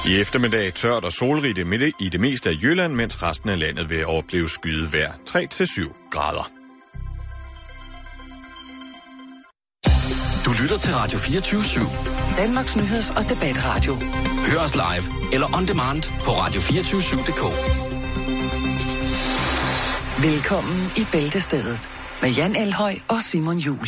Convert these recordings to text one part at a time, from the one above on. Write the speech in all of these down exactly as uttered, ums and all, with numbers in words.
I eftermiddag tørt og solrigt i det meste af Jylland, mens resten af landet vil opleve skydevejr tre til syv grader. Du lytter til Radio fireogtyve syv. Danmarks nyheds- og debatradio. Hør os live eller on demand på radio to fire syv punktum d k. Velkommen i Bæltestedet med Jan Elhøj og Simon Juhl.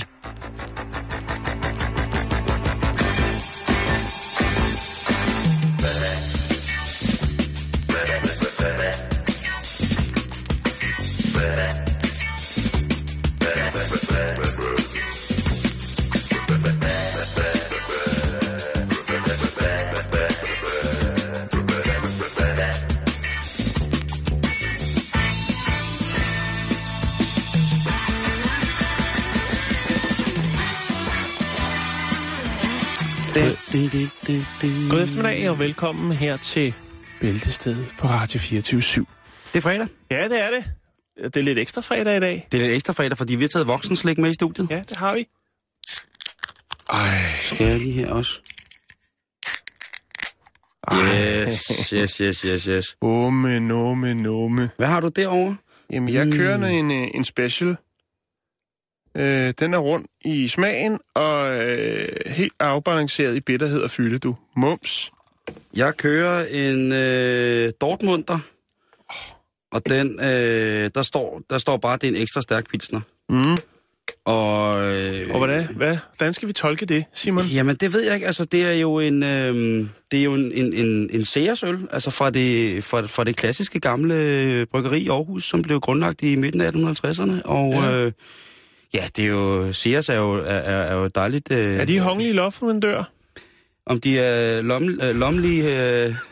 God eftermiddag og velkommen her til Bæltestedet på Radio fireogtyve syv. Det er fredag. Ja, det er det. Det er lidt ekstra fredag i dag. Det er lidt ekstra fredag, fordi vi har taget voksenslik med i studiet. Ja, det har vi. Ej. Skal jeg lige her også? Yes, yes, yes, yes, yes. Ome, nome, nome. Hvad har du derovre? Jamen, jeg kører mm. en, en special. Øh, den er rund i smagen og øh, helt afbalanceret i bitterhed og fylde, du. Mums. Jeg kører en øh, Dortmunder. Og den, øh, der, står, der står bare, at det er en ekstra stærk pilsner. Mm. Og, øh, og hvad, hvad? Hvordan skal vi tolke det, Simon? Jamen, det ved jeg ikke. Altså, det er jo en, øh, det er jo en, en, en, en Ceres-øl, altså fra det, fra, fra det klassiske gamle bryggeri i Aarhus, som blev grundlagt i midten af atten halvtredserne. Og ja, øh, ja det er jo, Ceres er jo, er, er jo dejligt. Øh, er de hongelige loftvendør? Om de er lom, øh, lommelige... Øh,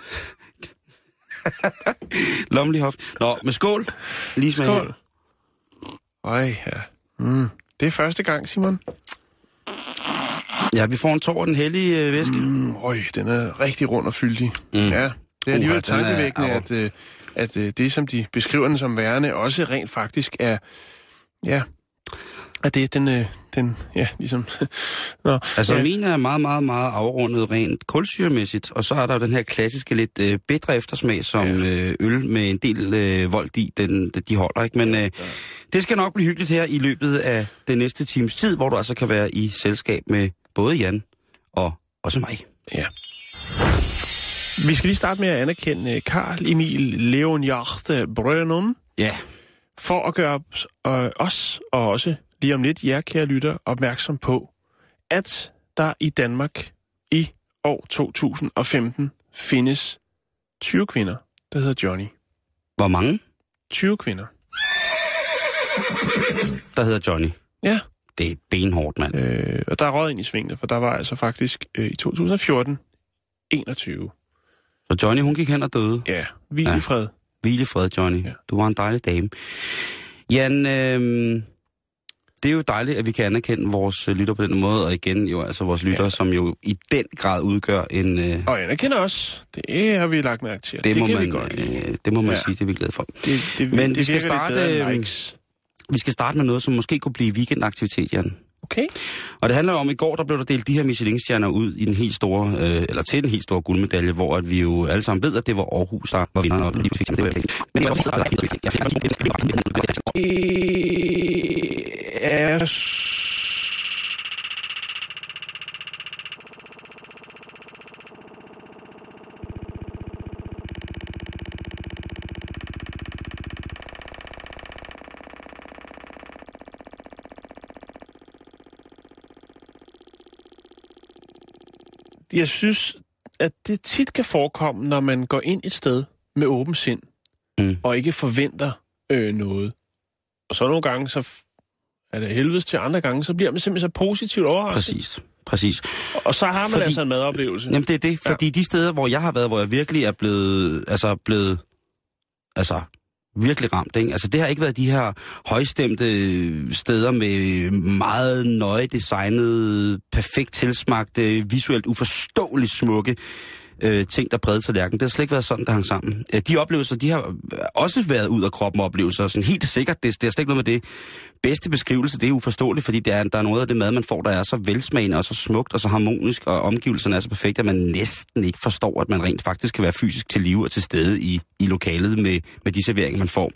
Lommelig hoft. Nå, med skål. Lige smag. Skål. Øj, ja. Mm. Det er første gang, Simon. Ja, vi får en tår af den hellige øh, væske. Mm, øj, den er rigtig rund og fyldig. Mm. Ja, det er alligevel uh, tankevækkende, at, at, at, at det, som de beskriver den som værende, også rent faktisk er... Ja, at det den, den ja, ligesom... Nå, altså, ja. Min er meget, meget, meget afrundet rent kulsyremæssigt, og så er der jo den her klassiske lidt øh, bitre eftersmag, som ja. øh, øl med en del øh, vold i, den, de holder, ikke? Men øh, ja. det skal nok blive hyggeligt her i løbet af den næste times tid, hvor du altså kan være i selskab med både Jan og også mig. Ja. Vi skal lige starte med at anerkende Carl Emil Leonhard Brønum. Ja. For at gøre øh, os og også lige om lidt jer, kære lytter, opmærksom på, at der i Danmark i år to tusind og femten findes tyve kvinder, der hedder Johnny. Hvor mange? tyve kvinder. Der hedder Johnny? Ja. Det er benhårdt, mand. Øh, og der er røget ind i svingene, for der var altså faktisk øh, i to tusind og fjorten enogtyve. Så Johnny, hun gik hen og døde? Ja, hvil ja. i fred. Hvil i fred, Johnny. Ja. Du var en dejlig dame. Jan, øh, det er jo dejligt, at vi kan anerkende vores lytter på den måde, og igen jo altså vores lytter, ja. som jo i den grad udgør en... Øh, og anerkender os. Det har vi lagt mærke til. Det, det må kan man, vi godt lide. Øh, det må man ja. sige, det er vi glade for. Det, det, Men det vi skal starte... Øh, vi skal starte med noget, som måske kunne blive weekendaktivitet, Jan. Okay. Og det handler om, at i går, der blev der delt de her Michelin-stjerner ud i den helt store, øh, eller til den helt store guldmedalje, hvor at vi jo alle sammen ved, at det var Aarhus, der var vinder. Men det var Jeg synes, at det tit kan forekomme, når man går ind et sted med åben sind, mm. og ikke forventer øh, noget. Og så nogle gange, så er det helvedes til, andre gange, så bliver man simpelthen så positivt overrasket. Præcis, præcis. Og så har man fordi, altså en madoplevelse. Jamen det er det, fordi ja. de steder, hvor jeg har været, hvor jeg virkelig er blevet, altså blevet, altså virkelig ramt, ikke? Altså det har ikke været de her højstemte steder med meget nøje designet, perfekt tilsmagte, visuelt uforståeligt smukke øh, ting, der prægede tallerkenen. Det har slet ikke været sådan, der hang sammen. Øh, de oplevelser, de har også været ud af kroppen oplevelser. Sådan helt sikkert, det, det er slet ikke noget med det. Bedste beskrivelse, det er uforståeligt, fordi det er, der er noget af det mad, man får, der er så velsmagende og så smukt og så harmonisk, og omgivelserne er så perfekte, at man næsten ikke forstår, at man rent faktisk kan være fysisk til live og til stede i, i lokalet med, med de serveringer, man får.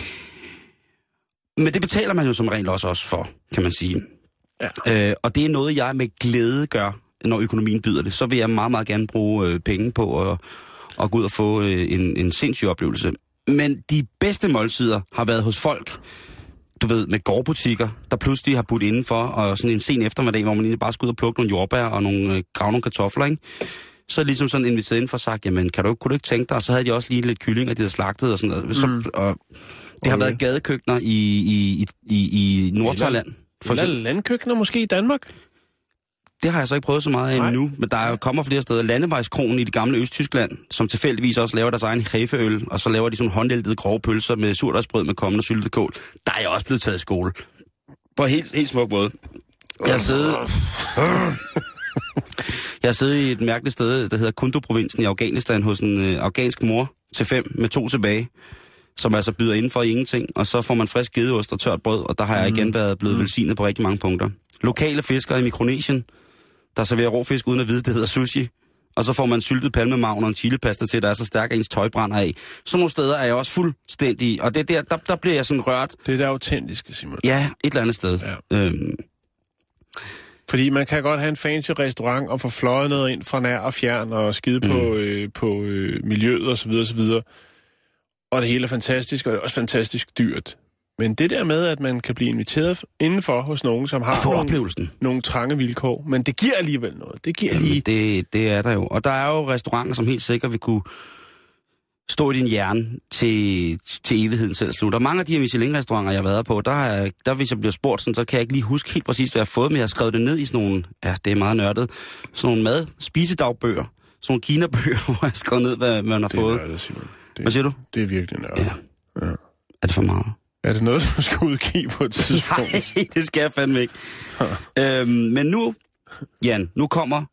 Men det betaler man jo som regel også, også for, kan man sige. Ja. Øh, og det er noget, jeg med glæde gør, når økonomien byder det. Så vil jeg meget, meget gerne bruge øh, penge på at, at gå ud og få øh, en, en sindssyg oplevelse. Men de bedste måltider har været hos folk, du ved, med gårdbutikker, der pludselig har budt indenfor, og sådan en sen eftermiddag, hvor man egentlig bare skal ud og plukke nogle jordbær og nogle, øh, grave nogle kartofler, ikke? Så er ligesom sådan inviteret indenfor og sagt, jamen, kan du, kunne du ikke tænke dig? Og så havde de også lige lidt kylling, og de havde slagtet og sådan noget. Så, mm. og det har okay. været gadekøkkener i, i, i, i Nordthailand. Eller landkøkkener måske i Danmark? Det har jeg så ikke prøvet så meget af endnu, men der er, kommer flere steder. Landevejskronen i det gamle Østtyskland, som tilfældigvis også laver deres egen hefeøl, og så laver de sådan håndæltede grove pølser med surdejsbrød med kommende syltet kål. Der er jeg også blevet taget i skole. På en helt, helt smuk måde. Jeg har siddet... Jeg har siddet i et mærkeligt sted, der hedder Kundu-provinsen i Afghanistan, hos en øh, afghansk mor til fem med to tilbage, som altså byder indenfor i ingenting, og så får man frisk gedeost og tørt brød, og der har jeg igen været blevet velsignet på rigtig mange punkter. Lokale fiskere i Mikronesien, der serverer rå fisk uden at vide, det hedder sushi, og så får man syltet palmemagn og en chilipasta til, der er så stærk, at ens tøj brænder af. Sådan nogle steder er jeg også fuldstændig, og det der, der, der bliver jeg sådan rørt. Det er det autentiske, Simon. Ja, et eller andet sted. Ja. Øhm. Fordi man kan godt have en fancy restaurant og få fløjet noget ind fra nær og fjern og skide mm. på, øh, på øh, miljøet og så videre, så videre. Og det hele er fantastisk, og det er også fantastisk dyrt. Men det der med, at man kan blive inviteret indenfor hos nogen, som har nogle, oplevelsen. nogle trange vilkår, men det giver alligevel noget. Det giver lige... Det, det er der jo. Og der er jo restauranter, som helt sikkert vil kunne stå i din hjerne til, til evigheden selv slutter. Mange af de her Michelin-restauranter, jeg har været på, der, er, der hvis jeg bliver spurgt, sådan, så kan jeg ikke lige huske helt præcis, hvad jeg har fået, men jeg har skrevet det ned i sådan nogle, ja, det er meget nørdet, sådan nogle mad, spisedagbøger, sådan nogle kinabøger, hvor jeg har skrevet ned, hvad man har det fået. Nørdet, Simon. Det, hvad siger du? Det er virkelig nørdet. Ja. Ja. Er det for meget? Er det noget, du skal udgive på et tidspunkt? Nej, det skal jeg fandme ikke. øhm, men nu, Jan, nu kommer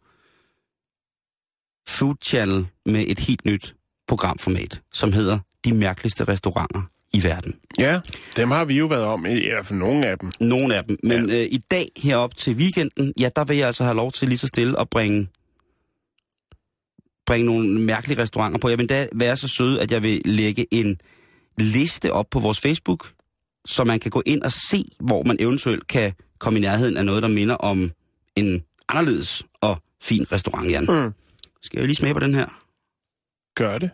Food Channel med et helt nyt programformat, som hedder De mærkeligste restauranter i verden. Ja, dem har vi jo været om, i hvert fald nogle af dem. Nogle af dem, men ja. øh, i dag herop til weekenden, ja, der vil jeg altså have lov til lige så stille at bringe, bringe nogle mærkelige restauranter på. Jeg vil da være så sød, at jeg vil lægge en liste op på vores Facebook, så man kan gå ind og se, hvor man eventuelt kan komme i nærheden af noget, der minder om en anderledes og fin restaurant, Jan. Mm. Skal jeg lige smage på den her? Gør det.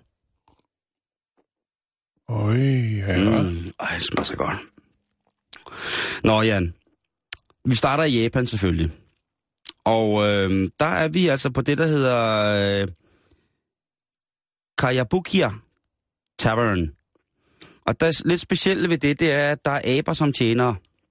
Øj, ja. Mm. Ej, det smager så godt. Nå, Jan. Vi starter i Japan selvfølgelig. Og øh, der er vi altså på det, der hedder øh, Kayabukiya Tavern. Og der er lidt specielt ved det, det er, at der er aber som tjenere.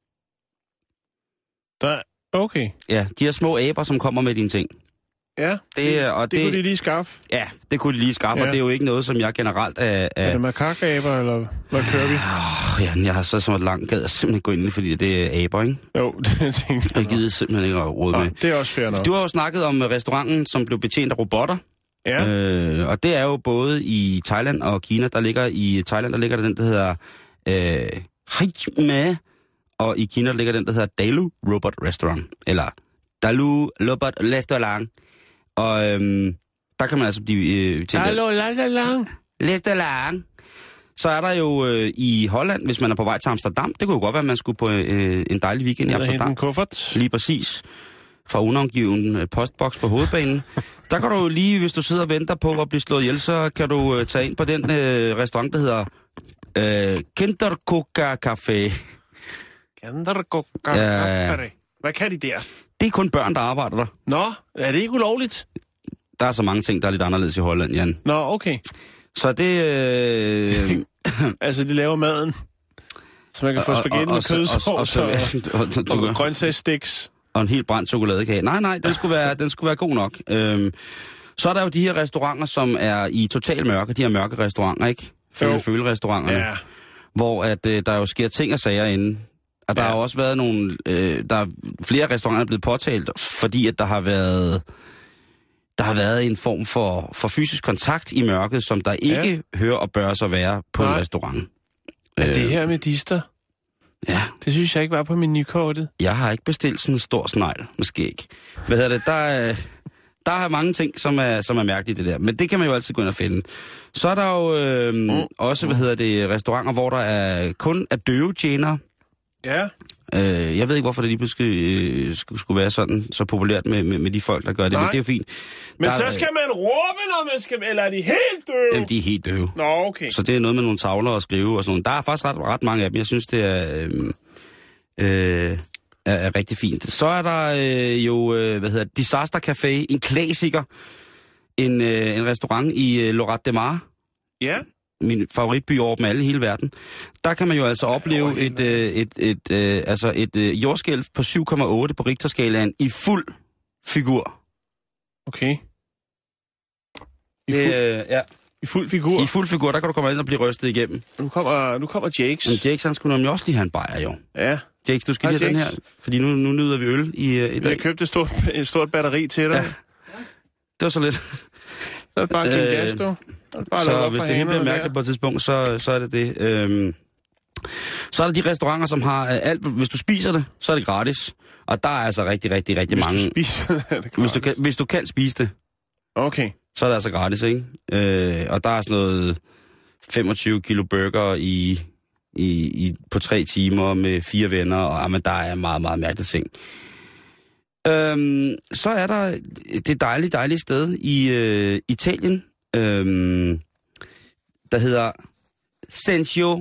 Der, okay. Ja, de her små aber, som kommer med dine ting. Ja, det, det, og det, det kunne de lige skaffe. Ja, det kunne de lige skaffe, ja. Og det er jo ikke noget, som jeg generelt er... Er, er det makakaber, eller hvad kører vi? Oh, ja, jeg har så så langt gad at simpelthen gå ind i, fordi det er aber, ikke? Jo, det tænker jeg. Jeg gider simpelthen ikke at råde med. Det er også fair nok. Du har jo snakket om restauranten, som blev betjent af robotter. Ja. Øh, og det er jo både i Thailand og Kina. Der ligger i Thailand, der ligger der den, der hedder øh, Haijme, og i Kina der ligger den, der hedder Dalu Robot Restaurant, eller Dalu Robot Restaurant. Og øhm, der kan man altså blive... Øh, Dalu Restaurant. Restaurant. Så er der jo øh, i Holland, hvis man er på vej til Amsterdam, det kunne jo godt være, at man skulle på øh, en dejlig weekend i Amsterdam. En kuffert. Lige præcis. Fra unangiven øh, postboks på hovedbanen. Der kan du lige, hvis du sidder og venter på at blive slået ihjel, så kan du øh, tage ind på den øh, restaurant, der hedder øh, Kinderkoka Café. Kinderkoka Café. Hvad kan de der? Det er kun børn, der arbejder der. Nå, er det ikke ulovligt? Der er så mange ting, der er lidt anderledes i Holland, Jan. Nå, okay. Så det... Øh... altså, de laver maden, så man kan få spaghetti med kødsovs og, og, og, og, og grøntsagssticks. Og en helt brændt chokoladekage. Nej, nej, den skulle være, den skulle være god nok. Øhm, så er der jo de her restauranter, som er i total mørke. De her mørke restauranter, ikke? Føle-føle-restauranterne. Ja. Hvor at, øh, der jo sker ting og sager inde. Og der ja. har også været nogle... Øh, der er flere restauranter, der er blevet påtalt, fordi at der har været... Der der har været en form for, for fysisk kontakt i mørket, som der ikke ja. hører og bør så være på Nej. en restaurant. Er det her med dister? Ja. Det synes jeg ikke var på menukortet. Jeg har ikke bestilt sådan en stor snegl, måske ikke. Hvad hedder det? Der er, der er mange ting, som er, som er mærkeligt det der. Men det kan man jo altid gå ind og finde. Så er der jo øh, mm. også, hvad hedder det, restauranter, hvor der er kun er døve tjenere. Ja. Øh, jeg ved ikke, hvorfor det lige pludselig øh, skulle, skulle være sådan så populært med, med, med de folk, der gør det. Nej. Men det er jo fint. Men der, så skal man råbe, når man skal... Eller er de helt døve? Jamen, de er helt døve. Nå, okay. Så det er noget med nogle tavler at skrive og sådan. Der er faktisk ret, ret mange af dem. Jeg synes, det er... Øh, øh, er, er rigtig fint. Så er der øh, jo, øh, hvad hedder Disaster Café, en klassiker. En, øh, en restaurant i øh, Lloret de Mar. Ja. Min favoritby over dem alle i hele verden. Der kan man jo altså opleve ja, et, øh, et, et, øh, altså et øh, jordskælv på syv komma otte på Richterskalaen i fuld figur. Okay. I fuld, det, øh, ja. I fuld figur? I fuld figur, der kan du komme ind og blive rystet igennem. Nu kommer, nu kommer Jakes. Men Jakes, han skulle nemlig også lige have en bajer, jo. Ja. Jakes, du skal Hej, lige have den her, fordi nu, nu nyder vi øl i, uh, i dag. Jeg købte et stort, et stort batteri til dig. Ja. Det var så lidt. Så er det bare øh, gas, du. Bare så hvis det hele bliver mærkeligt på et tidspunkt, så, så er det det. Øhm, så er der de restauranter, som har uh, alt. Hvis du spiser det, så er det gratis. Og der er altså rigtig, rigtig, rigtig hvis mange. Du spiser det, er det hvis, du kan, hvis du kan spise det. Okay. Så er det altså gratis, ikke? Øh, og der er sådan noget femogtyve kilo burger i, i, i, på tre timer med fire venner, og jamen, der er meget, meget mærkelige ting. Øhm, så er der det dejlige, dejlige sted i øh, Italien, øhm, der hedder Sensio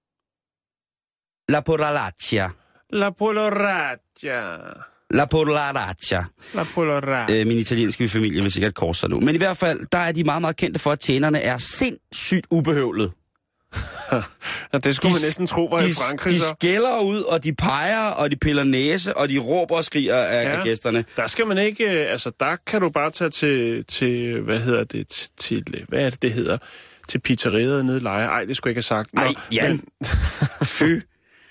La Poralaccia. La Poralaccia. La Poralaccia. La Poralaccia. Øh, min italienske familie vil sikkert korse sig nu. Men i hvert fald, der er de meget, meget kendte for, at tjenerne er sindssygt ubehøvlet. Ja, det skulle de, man næsten tro var de, i Frankrig, de så. De skælder ud, og de peger, og de piller næse, og de råber og skriger af, ja, af gæsterne. Der skal man ikke... Altså, der kan du bare tage til... til hvad hedder det? Til, hvad er det, det hedder? Til pizzeriet nede i Lejre. Ej, det skulle jeg ikke have sagt. Nå, Ej, Jan. Men... Fy.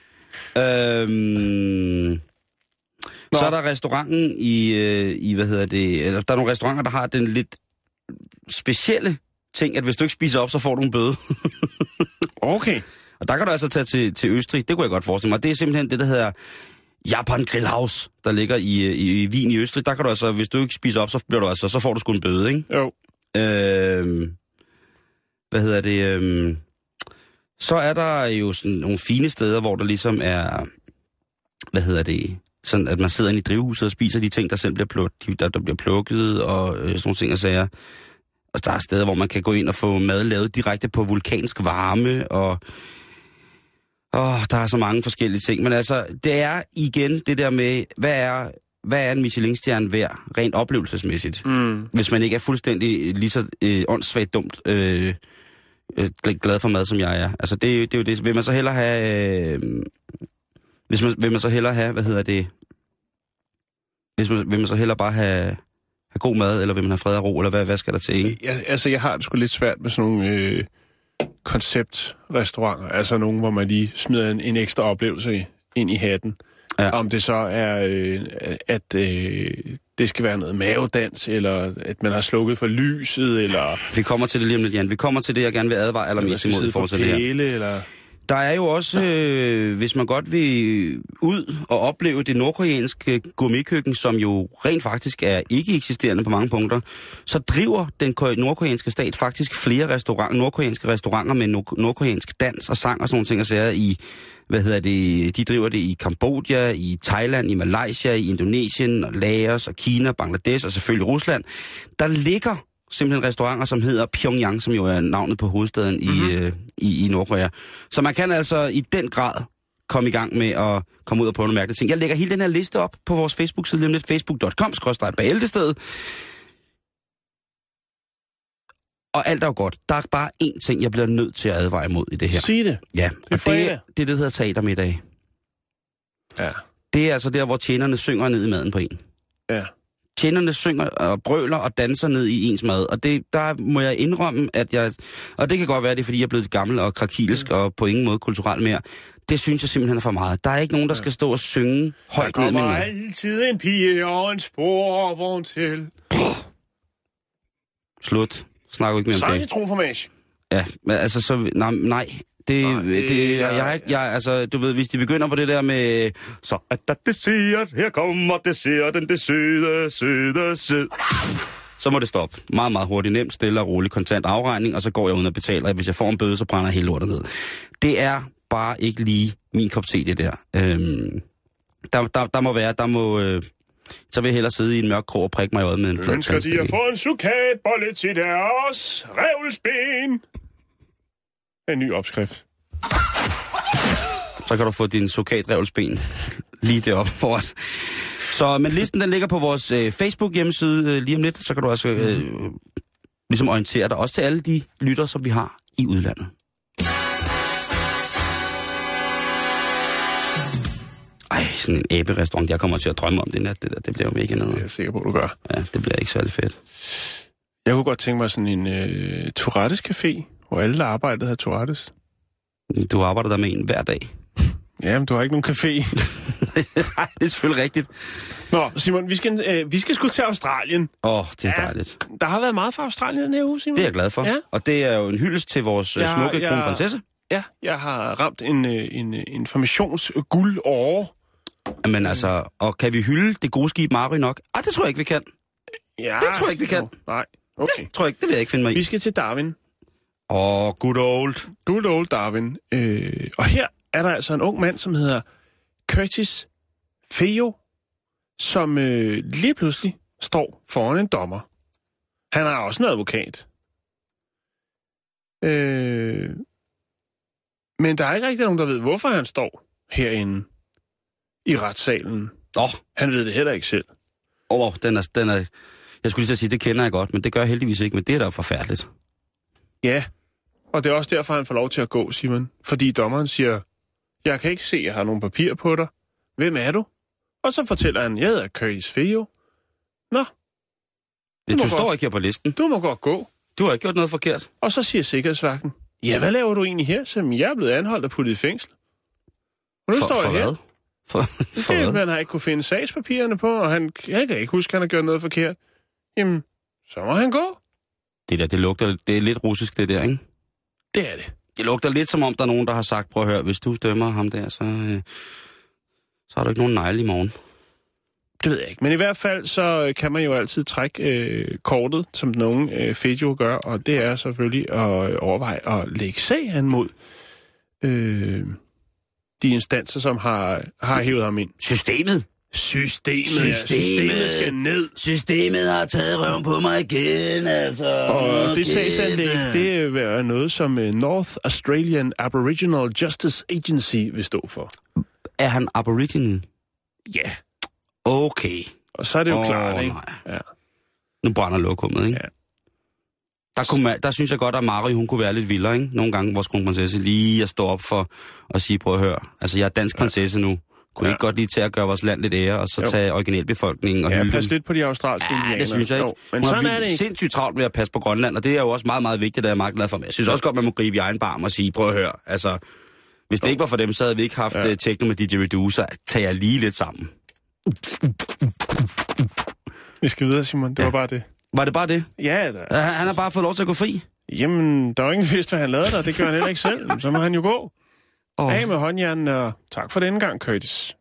øhm... Nå. Så er der restauranten i, øh, i, hvad hedder det... Eller, der er nogle restauranter, der har den lidt specielle ting, at hvis du ikke spiser op, så får du en bøde. Okay. Og der kan du altså tage til, til Østrig. Det kunne jeg godt forestille mig. Det er simpelthen det, der hedder Japan Grillhaus, der ligger i, i, i Wien i Østrig. Der kan du altså, hvis du ikke spiser op, så bliver du altså, så får du sgu en bøde, ikke? Jo. Øhm, hvad hedder det? Øhm, så er der jo sådan nogle fine steder, hvor der ligesom er, hvad hedder det, sådan at man sidder inde i drivhuset og spiser de ting, der selv bliver plukket, der, der bliver plukket, og øh, sådan nogle ting og sager. Og der er steder, hvor man kan gå ind og få mad lavet direkte på vulkansk varme, og åh, der er så mange forskellige ting. Men altså, det er igen det der med, hvad er, hvad er en Michelin-stjerne værd, rent oplevelsesmæssigt? Mm. Hvis man ikke er fuldstændig lige så øh, åndssvagt dumt øh, øh, glad for mad, som jeg er. Altså, det, det er jo det. Vil man så hellere have... Øh, hvis man, vil man så hellere have, hvad hedder det... Hvis man, vil man så hellere bare have... have god mad, eller vil man have fred og ro, eller hvad, hvad skal der til, ikke? Ja, altså, jeg har det sgu lidt svært med sådan nogle øh, konceptrestauranter. Altså nogle, hvor man lige smider en, en ekstra oplevelse ind i hatten. Ja. Om det så er, øh, at øh, det skal være noget mavedans, eller at man har slukket for lyset, eller... Vi kommer til det lige om lidt, Jan. Vi kommer til det, jeg gerne vil advare allermest imod i forhold til det her. Eller... Der er jo også, øh, hvis man godt vil ud og opleve det nordkoreanske gourmetkøkken, som jo rent faktisk er ikke eksisterende på mange punkter, så driver den nordkoreanske stat faktisk flere restaurant, nordkoreanske restauranter med nordkoreansk dans og sang og sådan nogle ting, og sager i, hvad hedder det, de driver det i Kambodja, i Thailand, i Malaysia, i Indonesien, og Laos og Kina, Bangladesh og selvfølgelig Rusland. Der ligger simpelthen restauranter, som hedder Pyongyang, som jo er navnet på hovedstaden mm-hmm. i, øh, i, i Nordkorea. Så man kan altså i den grad komme i gang med at komme ud og prøve nogle mærkelige ting. Jeg lægger hele den her liste op på vores Facebook-side, nemlig facebook punktum com skråstreg bæltestedet. Og alt er jo godt. Der er bare én ting, jeg bliver nødt til at advare imod i det her. Sig det. Ja, og det, det er det, der hedder teatermiddag. Ja. Det er altså der, hvor tjenerne synger ned i maden på en. Ja. Tjenerne synger og brøler og danser ned i ens mad, og det, der må jeg indrømme, at jeg... Og det kan godt være, det er, fordi jeg er blevet gammel og krakilsk mm. og på ingen måde kulturel mere. Det synes jeg simpelthen er for meget. Der er ikke nogen, der skal stå og synge højt ned med mig. Der kommer altid en pige og en sporvogn til. Slut. Snakker ikke mere Så om er det. det citronformage. Ja, men altså så... Nej, nej. Det, Nej, det, det, jeg, jeg, jeg, jeg, altså, du ved, hvis de begynder på det der med, så er der dessert, her kommer desserten, det søde, søde, sød. Så må det stoppe. Meget, meget hurtigt, nemt, stille og roligt, kontant afregning, og så går jeg ud og betaler. Hvis jeg får en bøde, så brænder hele lortet ned. Det er bare ikke lige min kop te, det der. Øhm, der, der, der må være, der må... Øh, så vil jeg hellere sidde i en mørk krog og prikke mig i øjet med en flad ønsker de at få en sukatbolle til deres revlsben? En ny opskrift. Så kan du få din sukat-revlsben lige deroppe foran. Så, men listen den ligger på vores øh, Facebook-hjemmeside øh, lige om lidt, så kan du altså øh, ligesom orientere dig også til alle de lytter, som vi har i udlandet. Ej, sådan en æberestaurant, jeg kommer til at drømme om det nat, det der, det bliver jo mega noget. Det er jeg sikker på, du gør. Ja, det bliver ikke særlig fedt. Jeg kunne godt tænke mig sådan en øh, Tourettes café, hvor alle, der arbejdede, havde Tourettes. Du arbejder der med en hver dag. Jamen, du har ikke nogen café. Nej, det er selvfølgelig rigtigt. Nå, Simon, vi skal, øh, vi skal sgu til Australien. Åh, oh, det er dejligt. Der har været meget fra Australien den her uge, Simon. Det er jeg glad for. Ja. Og det er jo en hyldest til vores ja, smukke ja, kronprinsesse. Ja, jeg har ramt en, en, en informationsguldåre. Men altså, og kan vi hylde det gode skib Mary nok? Ah, det tror jeg ikke, vi kan. Ja, det tror jeg ikke, vi kan. No, nej, okay. Det tror jeg ikke, det vil jeg ikke finde mig i. Vi skal til Darwin. Åh, oh, good old. Good old Darwin. Øh, og her er der altså en ung mand, som hedder Curtis Feo, som øh, lige pludselig står foran en dommer. Han er også en advokat. Øh, men der er ikke rigtig nogen, der ved, hvorfor han står herinde i retssalen. Åh. Oh. Han ved det heller ikke selv. Åh, oh, den er, den er... Jeg skulle lige sige, det kender jeg godt, men det gør jeg heldigvis ikke, men det er da forfærdeligt. Ja, og det er også derfor, han får lov til at gå, Simon. Fordi dommeren siger, jeg kan ikke se, at jeg har nogle papirer på dig. Hvem er du? Og så fortæller han, jeg hedder Curtis Feo. Nå. Du, det, du står godt. Ikke her på listen. Du må godt gå. Du har ikke gjort noget forkert. Og så siger sikkerhedsvagten, ja, hvad laver du egentlig her, som jeg er blevet anholdt og puttet i fængsel? Og nu for, står jeg for her. Hvad? For, for det, hvad? Man har ikke kunne finde sagspapirerne på, og han, jeg kan ikke huske, at han har gjort noget forkert. Jamen, så må han gå. Det der, det lugter, det er lidt russisk, det der, ikke? Det er det. Det lugter lidt som om, der er nogen, der har sagt, prøv at høre, hvis du dømmer ham der, så, øh, så har du ikke nogen negle i morgen. Det ved jeg ikke. Men i hvert fald, så kan man jo altid trække øh, kortet, som nogen øh, Fedjo gør, og det er selvfølgelig at overveje at lægge sag an mod øh, de instanser, som har, har hævet ham ind. Systemet? Systemet, Systemet. Ja, systemet skal ned. Systemet har taget røven på mig igen, altså. Og okay. Det sagsanlæg, det er noget, som North Australian Aboriginal Justice Agency vil stå for. Er han aboriginal? Ja. Okay. Og så er det jo oh, klart, ikke? Ja. Nu brænder lokummet, ikke? Ja. Der, kunne man, der synes jeg godt, at Mary, hun kunne være lidt vildere, ikke? Nogle gange vores kronprinsesse lige at stå op for at sige, prøv at høre. Altså, jeg er dansk prinsesse nu. Kunne ja. ikke godt lige til at gøre vores land lidt ære, og så jo. tage originalbefolkningen og ja, hylde pas dem. lidt på de australske indianer. Ja, det synes jeg ikke. Jo, men sådan er det ikke. Sindssygt travlt med at passe på Grønland, og det er jo også meget, meget vigtigt, at jeg er meget glad for mig. Jeg synes også godt, man må gribe i egen barm og sige, prøv at høre, altså, hvis det jo. ikke var for dem, så havde vi ikke haft ja. techno med D J Reducer. Tager jeg lige lidt sammen. Vi skal videre, Simon. Det ja. var bare det. Var det bare det? Ja, da. Han, han har bare fået lov til at gå fri? Jamen, der er jo ingen vidst, hvad han lavede der. Det gør han heller ikke selv. Så må han jo gå. Oh. Af med håndjernen, og tak for denne gang, Curtis.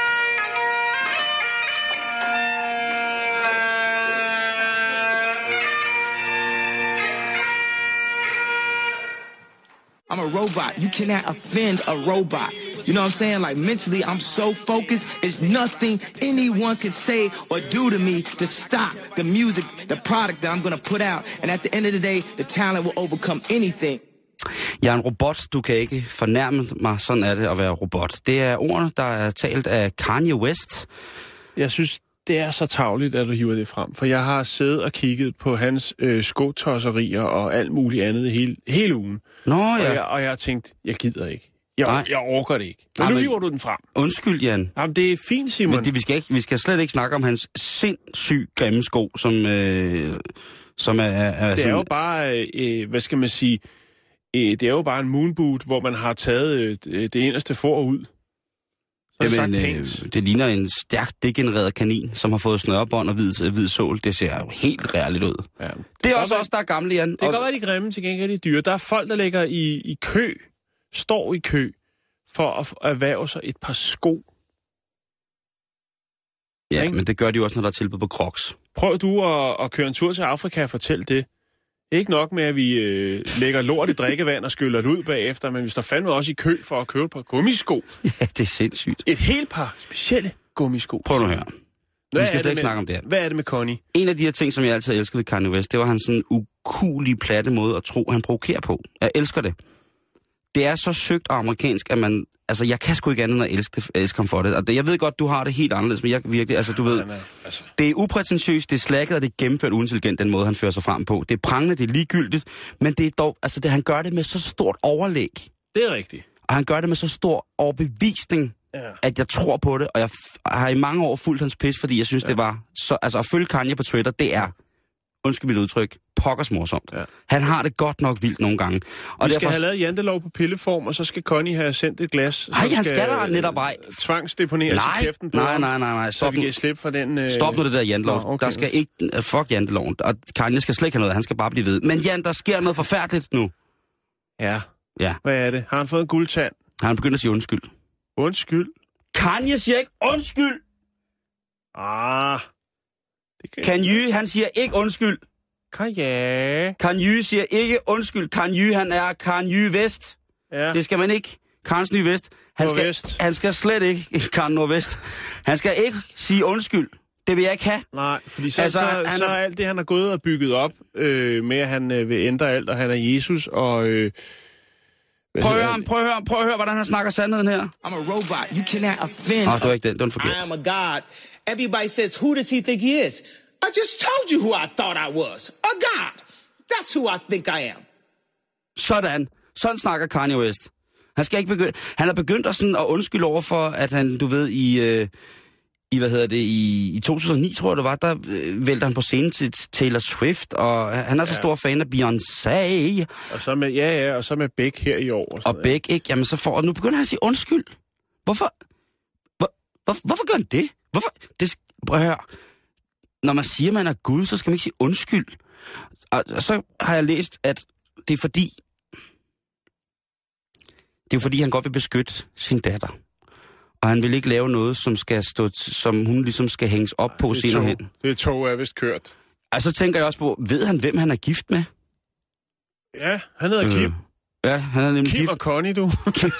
I'm a robot. You cannot offend a robot. You know what I'm saying? Like mentally, I'm so focused. There's nothing anyone can say or do to me to stop the music, the product that I'm going to put out. And at the end of the day, the talent will overcome anything. Jeg er en robot, du kan ikke fornærme mig. Sådan er det at være robot. Det er ordene, der er talt af Kanye West. Jeg synes, det er så tarveligt, at du hiver det frem. For jeg har siddet og kigget på hans øh, skotosserier og alt muligt andet hele, hele ugen. Nå ja. Og jeg, og jeg har tænkt, jeg gider ikke. Jeg, jeg orker det ikke. Men Ej, nu men, hiver du den frem. Undskyld, Jan. Jamen, det er fint, Simon. Men det, vi, skal ikke, vi skal slet ikke snakke om hans sindssygt grimme sko, som, øh, som er... er det er sådan, jo bare, øh, hvad skal man sige, øh, det er jo bare en moonboot, hvor man har taget øh, det inderste for ud. Jamen, øh, det ligner en stærkt degenereret kanin, som har fået snørebånd og hvid, hvid sål. Det ser jo helt reærligt ud. Ja. Det, det er også os, der er gamle, Jan. Det kan og... godt være, de grimme, til gengæld de dyre. Der er folk, der ligger i, i kø, står i kø, for at erhverve sig et par sko. Ja, men det gør de jo også, når der er tilbud på Crocs. Prøv du at, at køre en tur til Afrika og fortæl det. Ikke nok med, at vi øh, lægger lort i drikkevand og skyller det ud bagefter, men vi står fandme også i kø for at købe et par gummisko. Ja, det er sindssygt. Et helt par specielle gummisko. Prøv nu her. Vi skal slet ikke snakke om det her. Hvad er det med Connie? En af de her ting, som jeg altid elskede ved Kanye West, det var hans sådan ukulige platte måde at tro, han provokerer på. Jeg elsker det. Det er så søgt og amerikansk, at man... Altså, jeg kan sgu ikke andet end at elske, elske ham for det. Og det, jeg ved godt, du har det helt anderledes, men jeg virkelig... Altså, du ved... Ja, nej, altså. Det er uprætentiøst, det er slækket, og det er gennemført uintelligent, den måde, han fører sig frem på. Det er prangende, det er ligegyldigt, men det er dog... Altså, det, han gør det med så stort overlæg. Det er rigtigt. Og han gør det med så stor overbevisning, ja. At jeg tror på det, og jeg har i mange år fulgt hans pis, fordi jeg synes, ja. Det var... Så, altså, at følge Kanye på Twitter, det er... Undskyld mit udtryk, pokkers morsomt. Ja. Han har det godt nok vildt nogle gange. Og vi skal derfor... have lavet jantelov på pilleform, og så skal Connie have sendt et glas. Nej, han skal der netop ej. Tvangsdeponeres i kæften på nej, nej, nej, nej. Så vi kan slippe for den... Øh... Stop nu det der jantelov. Nå, okay. Der skal ikke... Fuck janteloven. Og Kanye skal slet ikke have noget, han skal bare blive ved. Men Jan, der sker noget forfærdeligt nu. Ja. Ja. Hvad er det? Har han fået en guldtand? Har han begyndt at sige undskyld? Undskyld? Kanye siger ikke undskyld! Ah... Kan... Kanye, han siger ikke undskyld. Kanye. Kanye siger ikke undskyld. Kanye, han er Kanye West. Ja. Det skal man ikke. Karns Nye Vest. Han skal, Nordvest. han skal slet ikke, Karn Nordvest. Han skal ikke sige undskyld. Det vil jeg ikke have. Nej, fordi så, altså, så, han så er alt det, han har gået og bygget op, øh, med at han øh, vil ændre alt, og han er Jesus, og... Øh, prøv at høre ham, prøv at høre ham, prøv at høre, hvordan han snakker sandheden her. I'm a robot. You cannot offend. Åh, oh, det var ikke den, den forkert. I am a god. Everybody says, who does he think he is? I just told you who I thought I was. A god. That's who I think I am. Sådan. Sådan snakker Kanye West. Han skal ikke begynde... Han har begyndt at, sådan, at undskylde over for, at han, du ved, i... Øh, i, hvad hedder det, i, i to tusind og ni, tror jeg det var, der øh, vælter han på scenen til Taylor Swift, og han er så ja. stor fan af Beyoncé. Og så med, ja, ja, og så med Beck her i år. Og, og Beck, ikke? Jamen så får... Og nu begynder han at sige undskyld. Hvorfor? Hvor, hvor, hvorfor gør han det? Hvorfor? Det prøv at høre. Når man siger, man er Gud, så skal man ikke sige undskyld. Og, og så har jeg læst, at det er fordi... Det er fordi, han godt vil beskytte sin datter. Og han vil ikke lave noget, som skal stå, som hun ligesom skal hænges op på senere hen. Det tog er vist kørt. Og så tænker jeg også på, ved han, hvem han er gift med? Ja, han hedder øh. Kim. Ja, han er nemlig Kim gift. og Connie, du.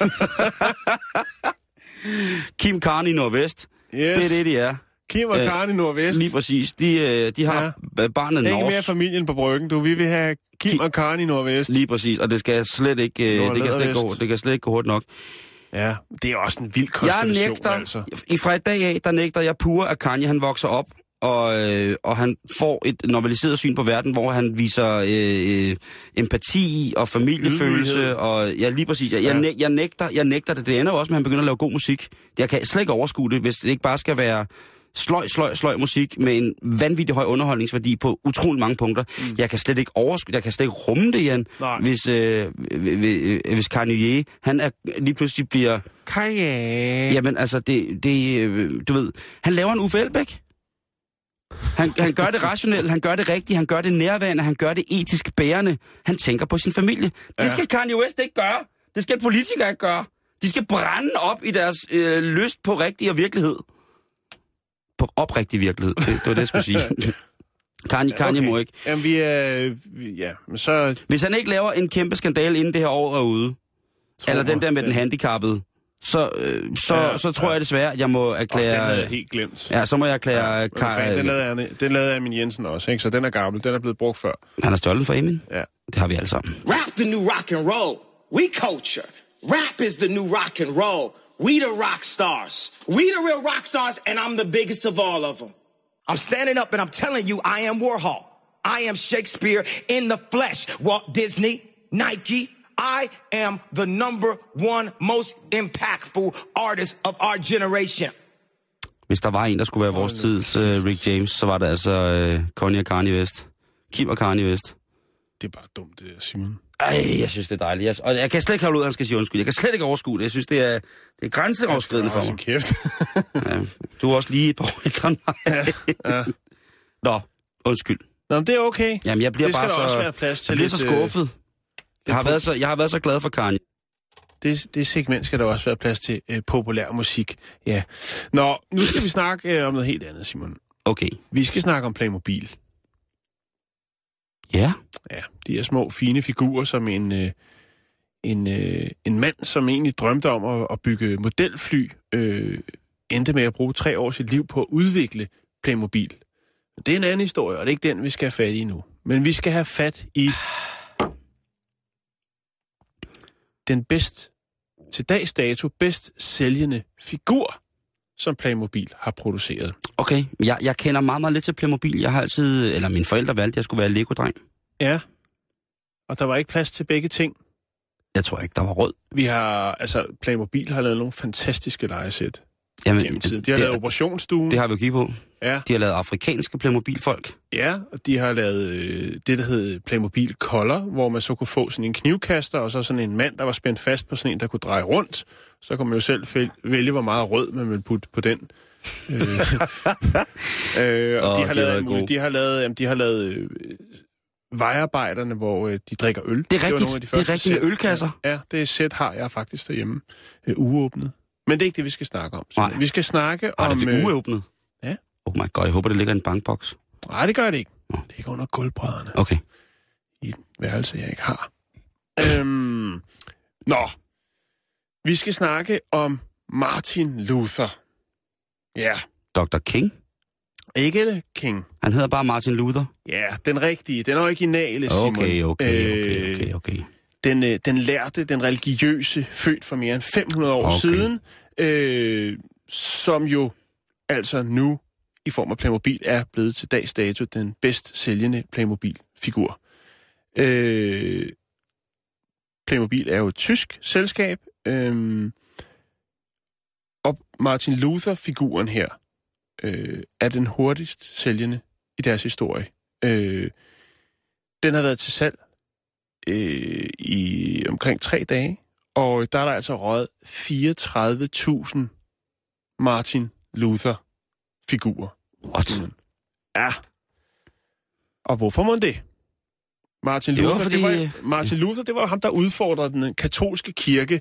Kim Carney Nordvest. Yes. Det er det, de er. Kim og Carney Nordvest. Lige præcis. De, de har ja. barnet Nors. Ikke mere familien på bryggen, du. Vi vil have Kim, Kim og Carney Nordvest. Lige præcis, og det skal slet ikke, det kan slet ikke, gå, det kan slet ikke gå hurtigt nok. Ja, det er også en vild konstellation, jeg nægter, altså. Fra i dag af, der nægter jeg pure, at Kanye, han vokser op, og, øh, og han får et normaliseret syn på verden, hvor han viser øh, øh, empati og familiefølelse, Ydmyghed. Og ja, lige præcis. Jeg, ja. jeg, jeg, nægter, jeg nægter det. Det ender også med, at han begynder at lave god musik. Jeg kan slet ikke overskue det, hvis det ikke bare skal være sløj, sløj, sløj musik med en vanvittig høj underholdningsværdi på utrolig mange punkter. Mm. Jeg kan slet ikke overskue, jeg kan slet ikke rumme det igen, Nej. hvis øh, hvis Kanye, han er lige pludselig bliver... Kanye. Jamen altså, det, det, du ved, han laver en Uffe Elbæk. Han, han gør det rationelt, han gør det rigtigt, han gør det nærværende, han gør det etisk bærende. Han tænker på sin familie. Det skal ja. Kanye West ikke gøre. Det skal politikere ikke gøre. De skal brænde op i deres øh, lyst på rigtig og virkelighed. På oprigtig virkelighed. Det, det var det, jeg skulle sige. Kanye, Kanye okay. må ikke. Jamen, vi er... Ja, men så... Hvis han ikke laver en kæmpe skandale inden det her år er ude, tror eller den der med ja. den handicappede, så, øh, så, ja, så tror ja. jeg desværre, at jeg må erklære... Oh, den havde jeg helt glemt. Ja, så må jeg erklære... Ja, Kar... Den lavede jeg, den lavede jeg min Jensen også, ikke? Så den er gammel. Den er blevet brugt før. Han er stjålet for Emin? Ja. Det har vi alle sammen. Rap the new rock and roll. We culture. Rap is the new rock and roll. We the rock stars. We the real rock stars, and I'm the biggest of all of them. I'm standing up and I'm telling you, I am Warhol. I am Shakespeare in the flesh. Walt Disney, Nike. I am the number one most impactful artist of our generation. Hvis der var en, der skulle være vores tids uh, Rick James, så var det altså uh, Kanye og Kanye West. Kim og Kanye West. Det er bare dumt, det der, Simon. Ej, jeg synes, det er dejligt. Jeg, og jeg kan slet ikke holde ud, at han skal sige undskyld. Jeg kan slet ikke overskue det. Jeg synes, det er, det er grænseoverskridende for mig. Kæft. Ja, du er også lige et par år ældre end mig. Ja, ja. Nå, undskyld. Nå, men det er okay. Jamen, jeg bliver det skal bare der så... også være plads til. Jeg bliver lidt, så skuffet. Jeg har, været så, jeg har været så glad for Kanye. Det, det segment skal der også være plads til øh, populær musik. Ja. Nå, nu skal vi snakke øh, om noget helt andet, Simon. Okay. Vi skal snakke om Playmobil. Ja? Ja, de er små, fine figurer, som en, øh, en, øh, en mand, som egentlig drømte om at, at bygge modelfly, øh, endte med at bruge tre år af sit liv på at udvikle Playmobil. Det er en anden historie, og det er ikke den, vi skal have fat i nu. Men vi skal have fat i den bedst, til dags dato, bedst sælgende figur, som Playmobil har produceret. Okay, jeg, jeg kender meget, meget lidt til Playmobil. Jeg har altid, eller mine forældre valgte, at jeg skulle være Lego-dreng. Ja, og der var ikke plads til begge ting. Jeg tror ikke, der var råd. Vi har, altså, Playmobil har lavet nogle fantastiske lejesæt. Jamen, gennem tiden. De har det, lavet Operationsstuen. Det har vi jo kigget på. Ja. De har lavet afrikanske Playmobil-folk. Ja, og de har lavet øh, det, der hed Playmobil Color, hvor man så kunne få sådan en knivkaster, og så sådan en mand, der var spændt fast på sådan en, der kunne dreje rundt. Så kunne man jo selv vælge, hvor meget rød man ville putte på den. øh, øh, og oh, de, har lavet, muligt, de har lavet, jamen, de har lavet øh, vejarbejderne, hvor øh, de drikker øl. Det er rigtigt, det, de det er rigtigt med ølkasser. Ja, det sæt har jeg faktisk derhjemme øh, uåbnet. Men det er ikke det, vi skal snakke om. Nej. Vi skal snakke Ej, om... Er det uåbnet? Ja. Oh my god, jeg håber, det ligger i en bankboks. Nej, det gør det ikke. Det ligger under gulvbrædderne. Okay. I et værelse, jeg ikke har. øhm, nå. Vi skal snakke om Martin Luther. Ja. doktor King? Ikke King. Han hedder bare Martin Luther? Ja, den rigtige, den originale, Simon. Okay, okay, okay, okay, okay. Den, øh, den lærte, den religiøse, født for mere end fem hundrede år okay. siden, øh, som jo altså nu i form af Playmobil er blevet til dags dato den bedst sælgende Playmobil-figur. Øh, Playmobil er jo et tysk selskab, øh, og Martin Luther-figuren her øh, er den hurtigst sælgende i deres historie. Øh, den har været til salg øh, i omkring tre dage, og der er der altså røget fireogtredive tusind Martin Luther-figurer. What? Ja. Og hvorfor må det? Martin Luther, det var, fordi... det var, Martin Luther, det var ham, der udfordrede den katolske kirke,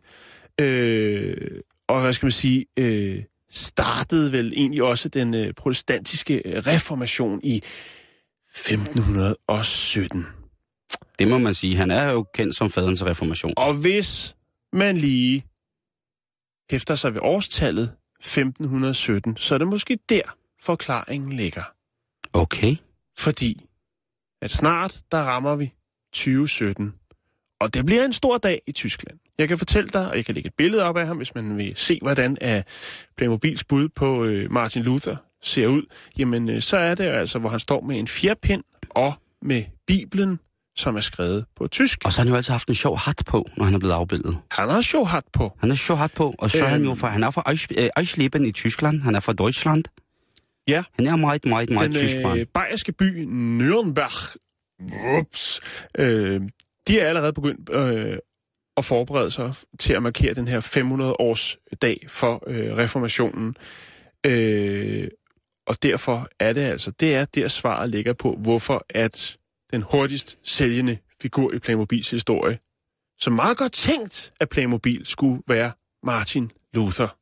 øh, og hvad skal man sige, øh, startede vel egentlig også den øh, protestantiske reformation i femten sytten. Det må man sige. Han er jo kendt som faderen til reformation. Og hvis man lige hæfter sig ved årstallet femten sytten, så er det måske der, forklaringen ligger. Okay. Fordi at snart, der rammer vi tyve sytten. Og det bliver en stor dag i Tyskland. Jeg kan fortælle dig, og jeg kan lægge et billede op af ham, hvis man vil se, hvordan uh, Playmobils bud på uh, Martin Luther ser ud. Jamen, uh, så er det altså, hvor han står med en fjerpind og med Bibelen, som er skrevet på tysk. Og så har han jo altid haft en sjov hat på, når han er blevet afbildet. Han har sjov hat på. Han har sjov hat på, og så øhm, er han jo fra, han er fra Eisleben i Tyskland, han er fra Deutschland. Ja. Han er meget, meget, meget den, tysk, mand. Den øh, bayerske by Nürnberg, ups, øh, de er allerede begyndt øh, at forberede sig til at markere den her fem hundrede års dag for øh, reformationen. Øh, og derfor er det altså, det er der svaret ligger på, hvorfor at den hurtigst sælgende figur i Playmobils historie, som meget godt tænkt, at Playmobil skulle være Martin Luther.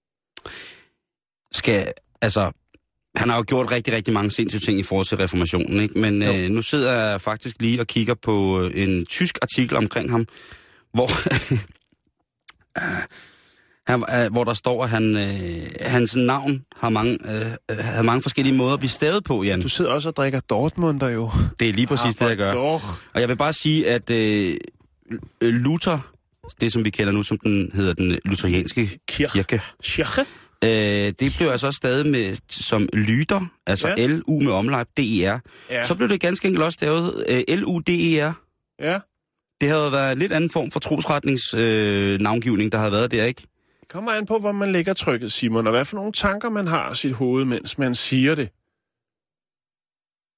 Skal, altså, han har jo gjort rigtig, rigtig mange sindssyge ting i forhold til reformationen, ikke? Men øh, nu sidder jeg faktisk lige og kigger på en tysk artikel omkring ham, hvor, han, øh, hvor der står, at han, øh, hans navn har mange, øh, havde mange forskellige måder at blive stavet på, Jan. Du sidder også og drikker Dortmunder jo. Det er lige præcis det, jeg gør. Og jeg vil bare sige, at øh, Luther, det som vi kender nu som den hedder den lutherianske kirke, kirke. Øh, det blev altså også stadig med som Luther, altså ja. L U med omlejp, D E R. Ja. Så blev det ganske enkelt også stavet øh, L U D E R. Ja. Det havde været en lidt anden form for trosretnings øh, navngivning, der havde været der, ikke? Det kommer an på, hvor man lægger trykket, Simon, og hvad for nogle tanker man har i sit hoved, mens man siger det.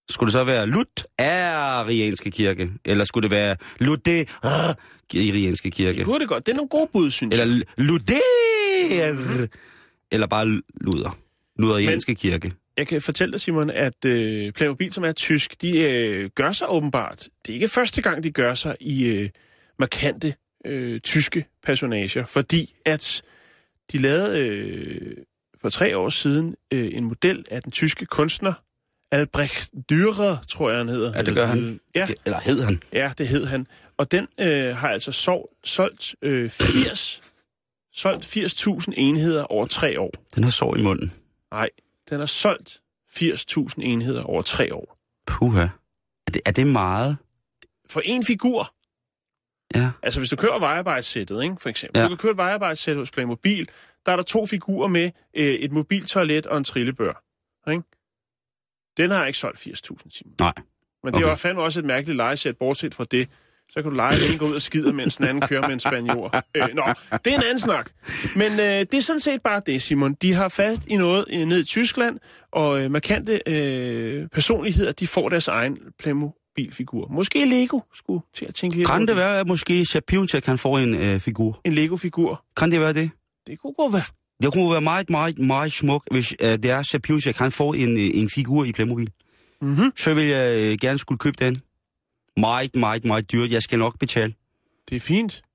Skulle det så være Lutherianske kirke? Eller skulle det være Lutherianske kirke? Det kunne det godt. Det er nogle gode bud, synes jeg. Eller Luther... Eller bare Luder. Lutherianske kirke. Jeg kan fortælle dig, Simon, at øh, Playmobil, som er tysk, de øh, gør sig åbenbart. Det er ikke første gang, de gør sig i øh, markante øh, tyske personager, fordi at de lavede øh, for tre år siden øh, en model af den tyske kunstner Albrecht Dürer, tror jeg, han hedder. Ja, det gør han. Ja. Eller hed han. Ja, det hed han. Og den øh, har altså sol, solgt, øh, firs, solgt firs tusind enheder over tre år. Den har sår i munden. Nej, den har solgt firs tusind enheder over tre år. Puha. Er det, er det meget? For en figur. Ja. Altså, hvis du kører vejarbejdsættet, ikke, for eksempel. Ja. Du kan køre et vejarbejdsæt hos Playmobil. Der er der to figurer med, øh, et mobiltoilet og en trillebør. Ikke? Den har ikke solgt firs tusind timer. Nej. Men det Okay. var fandme også et mærkeligt lejesæt, bortset fra det. Så kan du lege, at en går ud og skider, mens den anden kører med en spand jord. Øh, nå, det er en anden snak. Men øh, det er sådan set bare det, Simon. De har fast i noget øh, ned i Tyskland, og øh, markante øh, personligheder, de får deres egen Playmobil-figur. Måske Lego skulle til at tænke lidt. Kan det være, at måske Chapiotek kan få en øh, figur? En Lego-figur. Kan det være det? Det kunne godt være. Det kunne være meget, meget, meget smuk, hvis øh, det er Chapiotek kan få en, øh, en figur i Playmobil. Mm-hmm. Så vil jeg øh, gerne skulle købe den. Meget, meget, meget dyrt. Jeg skal nok betale. Det er fint.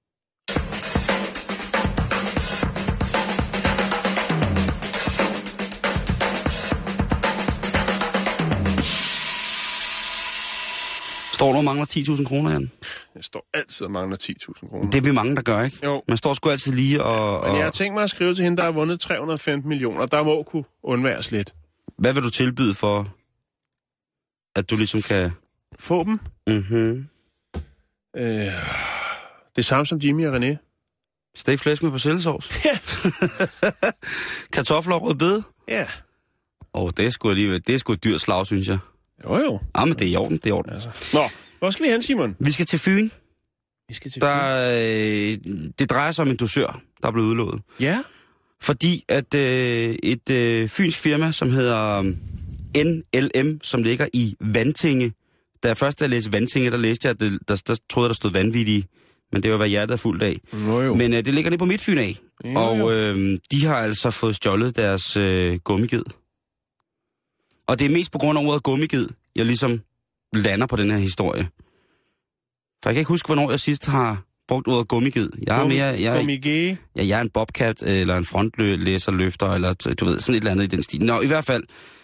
Står du og mangler ti tusind kroner, Jan? Jeg står altid og mangler ti tusind kroner. Det er vi mange, der gør, ikke? Jo. Man står sgu altid lige og... Men og... jeg har tænkt mig at skrive til hende, der har vundet tre hundrede og femten millioner. Der må kunne undværes lidt. Hvad vil du tilbyde for, at du ligesom kan... Få dem. Mhm. Øh, det samme som Jimmy og René. Stegt flæsk med persillesovs. Ja. Kartofler og rødbede. Ja. Åh, oh, det er sgu alligevel... Det er sgu et dyrt slag, synes jeg. Jo, jo. Ah, men det er i orden, det er i orden. Altså. Nå, hvor skal vi hen, Simon? Vi skal til Fyn. Vi skal til Der, øh, det drejer sig om en dosør, der er blevet udlået. Ja. Fordi at øh, et øh, fynsk firma, som hedder N L M, som ligger i Vantinge. Da jeg først havde læst Vantinge, der læste jeg, at det, der, der troede jeg, der stod vanvittige. Men det var, hvad hjertet er fuldt af. Nå, jo. Men øh, det ligger nede på Midtfyn af. Jo, og øh, de har altså fået stjålet deres øh, gummiged. Og det er mest på grund af ordet gummiged, jeg ligesom lander på den her historie. For jeg kan ikke huske, hvornår jeg sidst har brugt ordet gummiged. Jeg er mere... Jeg, Gummiged. Ja, jeg er en bobcat, eller en frontlæserløfter, eller du ved, sådan et eller andet i den stil. Nå, i hvert fald,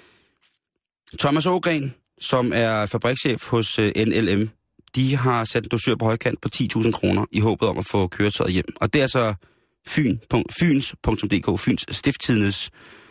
Thomas Ågren, som er fabrikschef hos uh, N L M, de har sat en dosør på højkant på ti tusind kroner i håbet om at få køretøjet hjem. Og det er så Fyn, fyns punktum d k, Fyns Stiftstidendes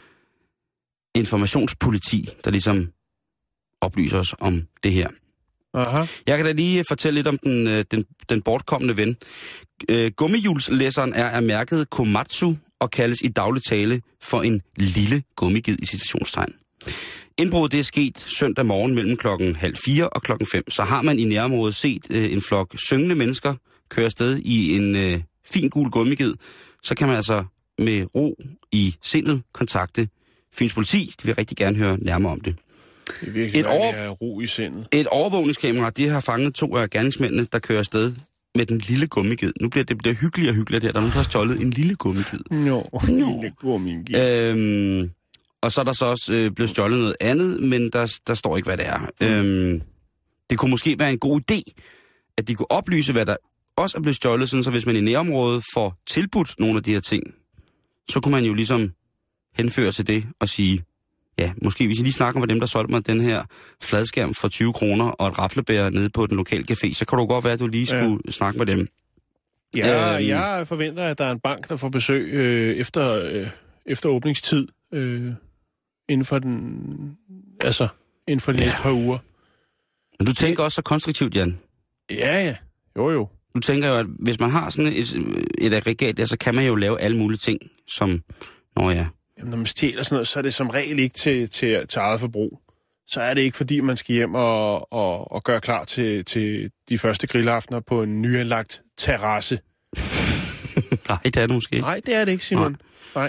informationspoliti, der ligesom oplyser os om det her. Aha. Jeg kan da lige fortælle lidt om den, den, den bortkommende ven. Uh, gummihjulslæsseren er af mærket Komatsu og kaldes i daglig tale for en lille gummiged i citationstegn. Indbruddet det er sket søndag morgen mellem klokken halv fire og klokken fem. Så har man i nærområdet set øh, en flok syngende mennesker køre afsted i en øh, fin gul gummiged, så kan man altså med ro i sindet kontakte Fyns politi. De vil rigtig gerne høre nærmere om det. Det er virkelig Et, over... er ro i sindet. Et overvågningskamera, de har fanget to af gerningsmændene, der kører afsted med den lille gummiged. Nu bliver det, det hyggeligt og hyggeligt her. Der er nogen, der har stjålet en lille gummiged. Nå, lille gummiged. Øhm... Og så er der så også øh, blevet stjålet noget andet, men der, der står ikke, hvad det er. Mm. Øhm, det kunne måske være en god idé, at de kunne oplyse, hvad der også er blevet stjålet, sådan så hvis man i nærområdet får tilbudt nogle af de her ting, så kunne man jo ligesom henføre til det og sige, ja, måske hvis I lige snakker med dem, der solgte mig den her fladskærm for tyve kroner og et raflebær nede på den lokale café, så kan du godt være, at du lige skulle ja. snakke med dem. Ja, øhm, jeg forventer, at der er en bank, der får besøg øh, efter, øh, efter åbningstid. Øh. Inden for den, altså, inden for de ja. næste par uger. Men du tænker også så konstruktivt, Jan. Ja, ja. Jo, jo. Du tænker jo, at hvis man har sådan et, et aggregat der, så kan man jo lave alle mulige ting, som, når ja... Jamen, når man stjæler sådan noget, så er det som regel ikke til, til, til eget forbrug. Så er det ikke, fordi man skal hjem og, og, og gøre klar til, til de første grillaftener på en nyanlagt terrasse. Nej, det er det måske. Nej, det er det ikke, Simon. Nej. Nej.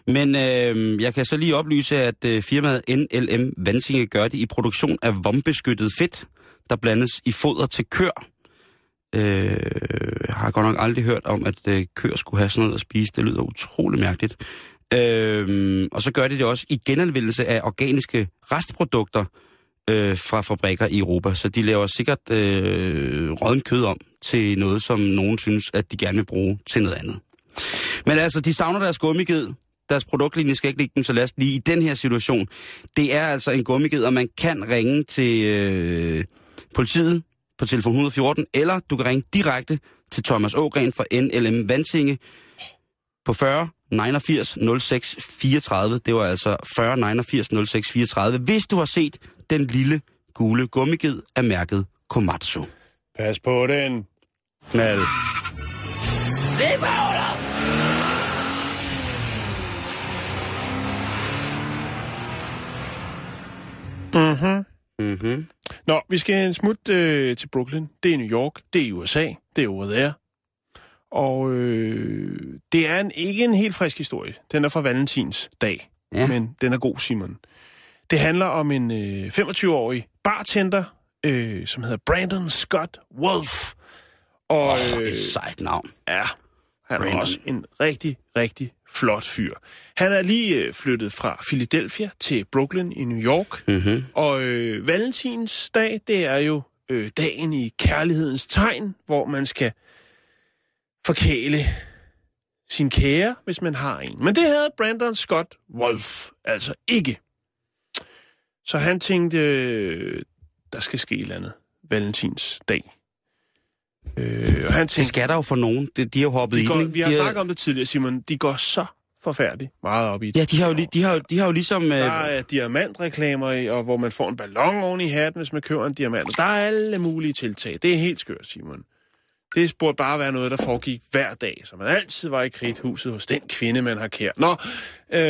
Men øh, jeg kan så lige oplyse, at øh, firmaet N L M Vansinge gør det i produktion af vombeskyttet fedt, der blandes i foder til køer. Øh, jeg har godt nok aldrig hørt om, at øh, køer skulle have sådan noget at spise. Det lyder utrolig mærkeligt. Øh, og så gør det det også i genanvendelse af organiske restprodukter øh, fra fabrikker i Europa. Så de laver sikkert øh, rådden kød om til noget, som nogen synes, at de gerne vil bruge til noget andet. Men altså, de savner deres gummiged. Deres produktlinje skal ikke ligge dem så last lige i den her situation. Det er altså en gummiged, og man kan ringe til øh, politiet på telefon et et fire, eller du kan ringe direkte til Thomas Ågren fra N L M Vansinge på fyrre niogfirs nul seks fireogtredive. Det var altså fyrre niogfirs nul seks fireogtredive, hvis du har set den lille gule gummiged af mærket Komatsu. Pas på den. Knald. Se så, Ola! Mhm. Mhm. Nå, vi skal en smut øh, til Brooklyn. Det er New York, det er i U S A, det er over there. Og øh, det er en, ikke en helt frisk historie. Den er fra Valentins dag, ja. Men den er god, Simon. Det handler om en øh, femogtyve-årig bartender, øh, som hedder Brandon Scott Wolf. Og, oh, øh, et sejt navn. Ja, han Brandon. er også en rigtig, rigtig flot fyr. Han er lige øh, flyttet fra Philadelphia til Brooklyn i New York. Mhm. Og øh, Valentins dag, det er jo øh, dagen i kærlighedens tegn, hvor man skal forkæle sin kære, hvis man har en. Men det havde Brandon Scott Wolf altså ikke. Så han tænkte, øh, der skal ske et eller andet Valentins dag. Øh, og han tænkte, Det skal der jo for nogen. De, de har hoppet de i går, den. vi har de snakket om det tidligere, Simon. De går så forfærdeligt meget op i det. Ja, de har jo, li- de har, jo- de har jo ligesom... Øh, Der er diamantreklamer i, og hvor man får en ballon oven i hatten, hvis man køber en diamant. Der er alle mulige tiltag. Det er helt skørt, Simon. Det burde bare være noget, der foregik hver dag, så man altid var i kridthuset hos den kvinde, man har kært. Nå, øh...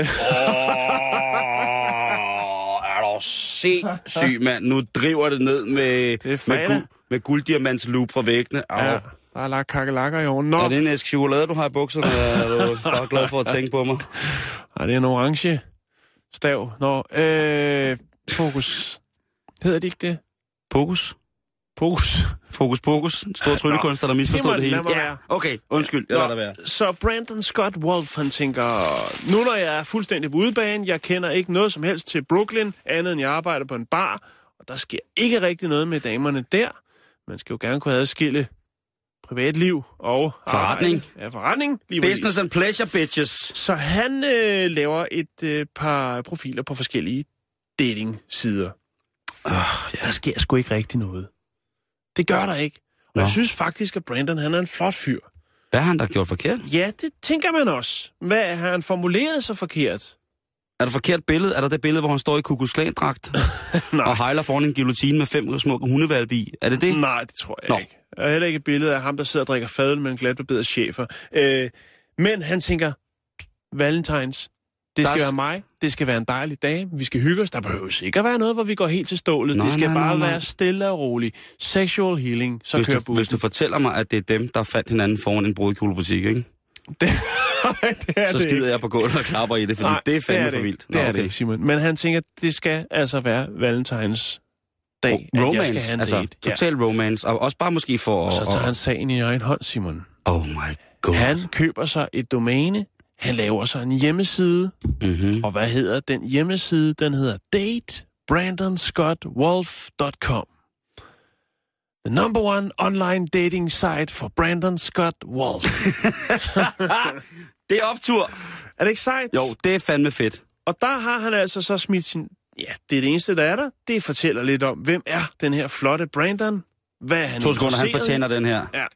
er du sindssyg, mand? Nu driver det ned med, med, guld, med gulddiamants loop fra væggene. ja, der er lagt kakelakker i ovnen. Nå, Er det en æske chokolade, du har i bukserne? Er du bare glad for at tænke på mig? nej, det er en orange stav. Nå, øh... Fokus. Hedder det ikke det? Pokus? Fokus. Fokus pokus. Stor tryllekunster, der misforstod Simon, det hele. lad mig Ja, være. okay. Undskyld. Jeg lader det være. Så Brandon Scott Wolf, han tænker, nu når jeg er fuldstændig på udebane, jeg kender ikke noget som helst til Brooklyn, andet end jeg arbejder på en bar, og der sker ikke rigtig noget med damerne der. Man skal jo gerne kunne adskille privatliv og Forretning. arbejde. Ja, forretning. Lige Business and pleasure, bitches. Så han øh, laver et øh, par profiler på forskellige dating-sider. Oh, ja. Der sker sgu ikke rigtig noget. Det gør der ikke. Og Nå. jeg synes faktisk, at Brandon, han er en flot fyr. Hvad har han der gjort forkert? Ja, det tænker man også. Hvad har han formuleret så forkert? Er det forkert billede? Er der det billede, hvor han står i Ku Klux Klan-dragt og hejler foran en guillotine med fem små hundevalpe i? Er det det? Nej, det tror jeg Nå. ikke. Der er heller ikke et billede af ham, der sidder og drikker fadøl med en glatbarberet chefer. Øh, men han tænker, Valentines, det Der skal er- være mig, det skal være en dejlig dag, vi skal hygge os, der behøver ikke at være noget, hvor vi går helt til stålet. Nej, det skal nej, bare nej, nej. være stille og roligt. Sexual healing, så Hvis kører du, bussen. hvis du fortæller mig, at det er dem, der fandt hinanden foran en brudkjolebutik, ikke? Det, det er Så det skider ikke. jeg på gulvet og klapper i det, fordi Nej, det er fandme det for det vildt. ikke. Det er det ikke, Simon. Men han tænker, det skal altså være Valentines dag, at jeg Romance, skal have en altså date. Ja. total romance, og også bare måske for... Og så tager han sagen i egen hånd, Simon. Oh my god. Han køber sig et domæne, han laver sig en hjemmeside, Mm-hmm. og hvad hedder den hjemmeside? Den hedder date brandon scott wolf dot com. The number one online dating site for Brandon Scott Wolf. Det er optur. Er det ikke sejt? Jo, det er fandme fedt. Og der har han altså så smidt sin... Ja, det er det eneste, der er der. Det fortæller lidt om, hvem er den her flotte Brandon? Hvad er han To sekunder, han interesseret i? fortjener den her. Ja.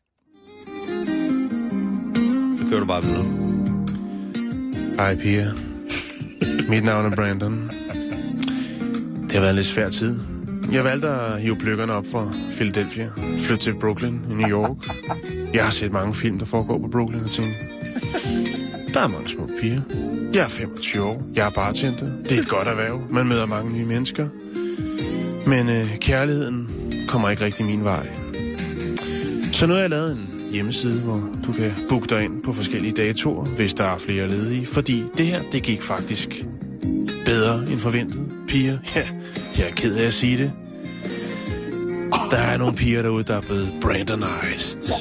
Så kører du bare videre. Hej, piger. Mit navn er Brandon. Det har været en lidt svær tid. Jeg valgte at hive pløkkerne op fra Philadelphia, flytte til Brooklyn i New York. Jeg har set mange film, der foregår på Brooklyn og tænkt, der er mange små piger. Jeg er femogtyve år. Jeg er bartender. Det er et godt erhverv. Man møder mange nye mennesker. Men øh, kærligheden kommer ikke rigtig min vej. Så nu har jeg lavet en hjemmeside, hvor du kan booke dig ind på forskellige datoer, hvis der er flere ledige. Fordi det her, det gik faktisk bedre end forventet. Piger, ja, jeg er ked af at sige det. Der er nogle piger derude, der er blevet brandonized.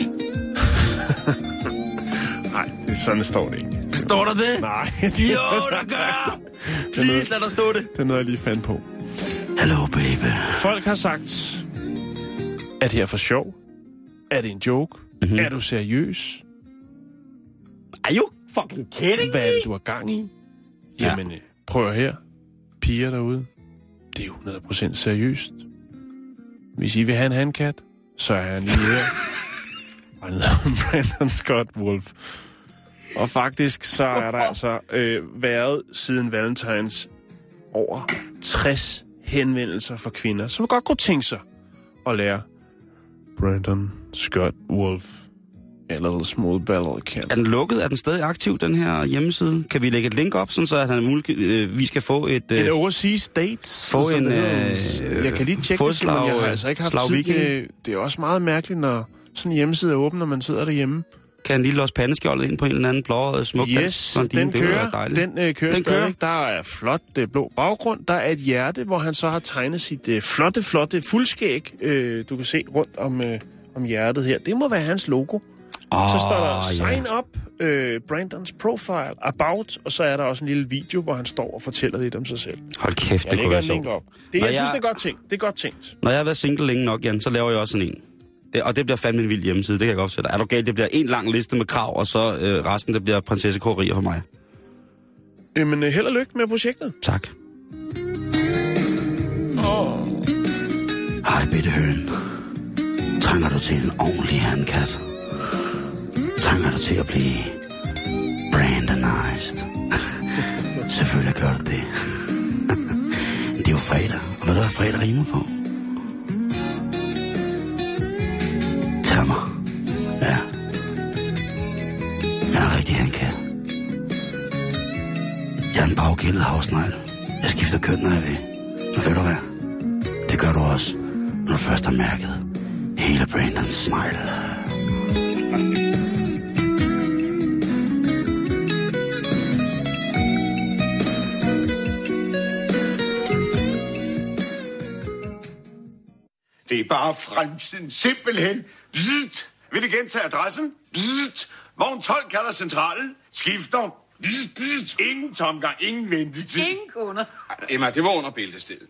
Nej, det sådan står det ikke. Står der det? Nej. Jo, der gør! Please, lad der stå det. Det er noget, jeg lige fandt på. Hello, baby. Folk har sagt, er det her for sjov? Er det en joke? Mm-hmm. Er du seriøs? Are you fucking kidding Hvad er me? det, du har gang i? Jamen, ja. Prøv her. Piger derude. Det er hundrede procent seriøst. Hvis I vil have en handkat, så er han lige her. Og han hedder Brandon Scott Wolf. Og faktisk så er der altså øh, været siden Valentines over tres henvendelser fra kvinder, som godt kunne tænke sig at lære Brandon Scott Wolf a little small ballad cat. Er den lukket? Er den stadig aktiv, den her hjemmeside? Kan vi lægge et link op, sådan så at han muligvis kan få et... En overseas dates. Få en... Øh, jeg kan lige tjekke det, men jeg har altså ikke haft tid. Det, det er også meget mærkeligt, når sådan en hjemmeside er åben, når man sidder derhjemme. Kan han lige låse pandeskjoldet ind på en eller anden blå smuk yes, dans? den kører. Den øh, kører den kører. Der er flot øh, blå baggrund. Der er et hjerte, hvor han så har tegnet sit øh, flotte, flotte fuldskæg. Øh, du kan se rundt om, øh, om hjertet her. Det må være hans logo. Oh, så står der sign yeah. up, øh, Brandons profile, about, og så er der også en lille video, hvor han står og fortæller lidt om sig selv. Hold kæft, jeg det kunne være sjovt. Det, jeg, jeg synes, det er godt tænkt. Det er godt tænkt. Når jeg har været single længe nok, Jan, så laver jeg også sådan en. Det, og det bliver fandme en vild hjemmeside, det kan jeg godt sætte. Er du galt, det bliver en lang liste med krav, og så øh, resten, det bliver prinsessekårerier for mig. Jamen, held og lykke med projektet. Tak. Oh. Hej, bitte høn. Trænger du til en ordentlig handkat? Trænger du til at blive brandonized? Selvfølgelig gør du det. Det er jo fredag, og hvad der er fredag rimer på? Tag mig. Ja. Jeg er rigtig handkat. Jeg er en baggældet havsnegl. Jeg skifter køn, når jeg vil. Men ved du hvad? Det gør du også, når du først har mærket hele Brandons smile. Det er bare fremtiden, simpelthen. Bzzzt. Vil du gentage adressen? Bzzzt. Vogn tolv kalder centralen. Skifter. Bzzzt. Bzzzt. Ingen tomgang, ingen ventetid. Ingen kunder. Emma, det var under bæltestedet.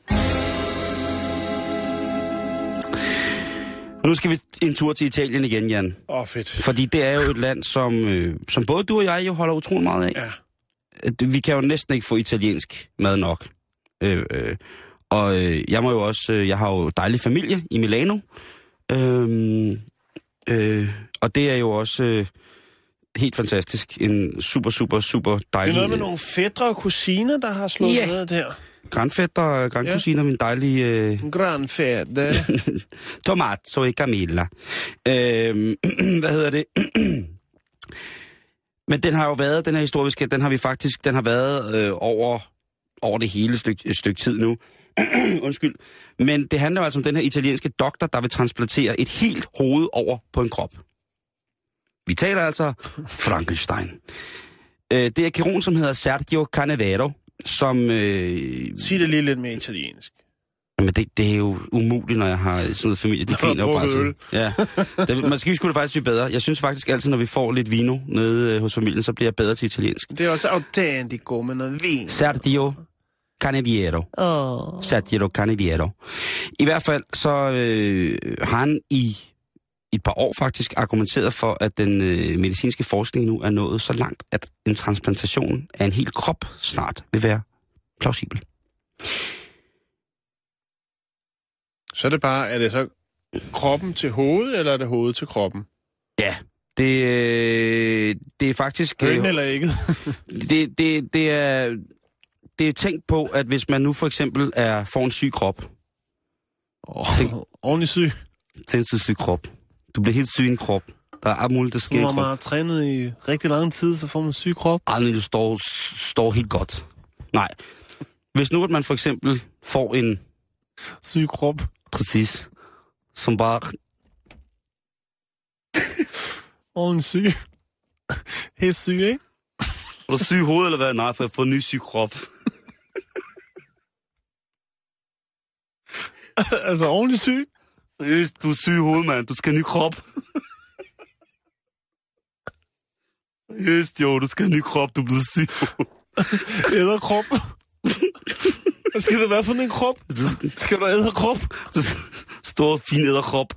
Nu skal vi en tur til Italien igen, Jan. Åh, oh, fedt. Fordi det er jo et land, som, øh, som både du og jeg jo holder utrolig meget af. Ja. Vi kan jo næsten ikke få italiensk mad nok. Øh, øh, og øh, jeg må jo også, øh, jeg har jo dejlig familie i Milano. Øh, øh, og det er jo også øh, helt fantastisk. En super, super, super dejlig... Det er noget med nogle fætre og kusiner, der har slået yeah. ned der. Grandfætter og grandkusiner, ja. Min dejlige... Øh... Grandfætter. Tomazzo e Camilla. Øh, hvad hedder det? Men den har jo været, den her historiske, den har vi faktisk, den har været øh, over, over det hele stykke, et stykke tid nu. Undskyld. Men det handler jo altså om den her italienske doktor, der vil transplantere et helt hoved over på en krop. Vi taler altså Frankenstein. Øh, det er kirurgen, som hedder Sergio Canavero, som... Øh... Sig det lige lidt mere italiensk. Men det, det er jo umuligt, når jeg har sådan noget familie. De griner jo bare til. Ja. Det, måske skulle det faktisk blive bedre. Jeg synes faktisk altid, når vi får lidt vino nede øh, hos familien, så bliver jeg bedre til italiensk. Det er også autentico med noget vin. Sergio Canavero. Oh. Sergio Canavero. I hvert fald så øh, har han i et par år faktisk argumenteret for, at den øh, medicinske forskning nu er nået så langt, at en transplantation af en hel krop snart vil være plausibel. Så er det bare, er det så kroppen til hovedet, eller er det hovedet til kroppen? Ja, det, øh, det er faktisk... Høn eller ikke? det, det, det, er, det er tænkt på, at hvis man nu for eksempel er får en syg krop... Oh, ordentlig syg? Tænk du syg krop. Du bliver helt syg i en krop. Der er alt muligt, der sker i kroppen. Når man har trænet i rigtig lang tid, så får man syg krop. Aldrig, du står, står helt godt. Nej. Hvis nu, at man for eksempel får en... syg krop. Præcis. Som bare... Ordentlig syg. Helt syg, ikke? Er du syg i hovedet, eller hvad? Nej, for jeg har fået en ny syg krop. Altså, ordentlig syg? Seriøst, du er syg i hovedet, mand. Du skal have en ny krop. Seriøst, jo, du skal have en ny krop. Du er blevet syg. Æderkrop. Hvad skal det være for en krop? Skal du æderkrop? Stor, fin æderkrop.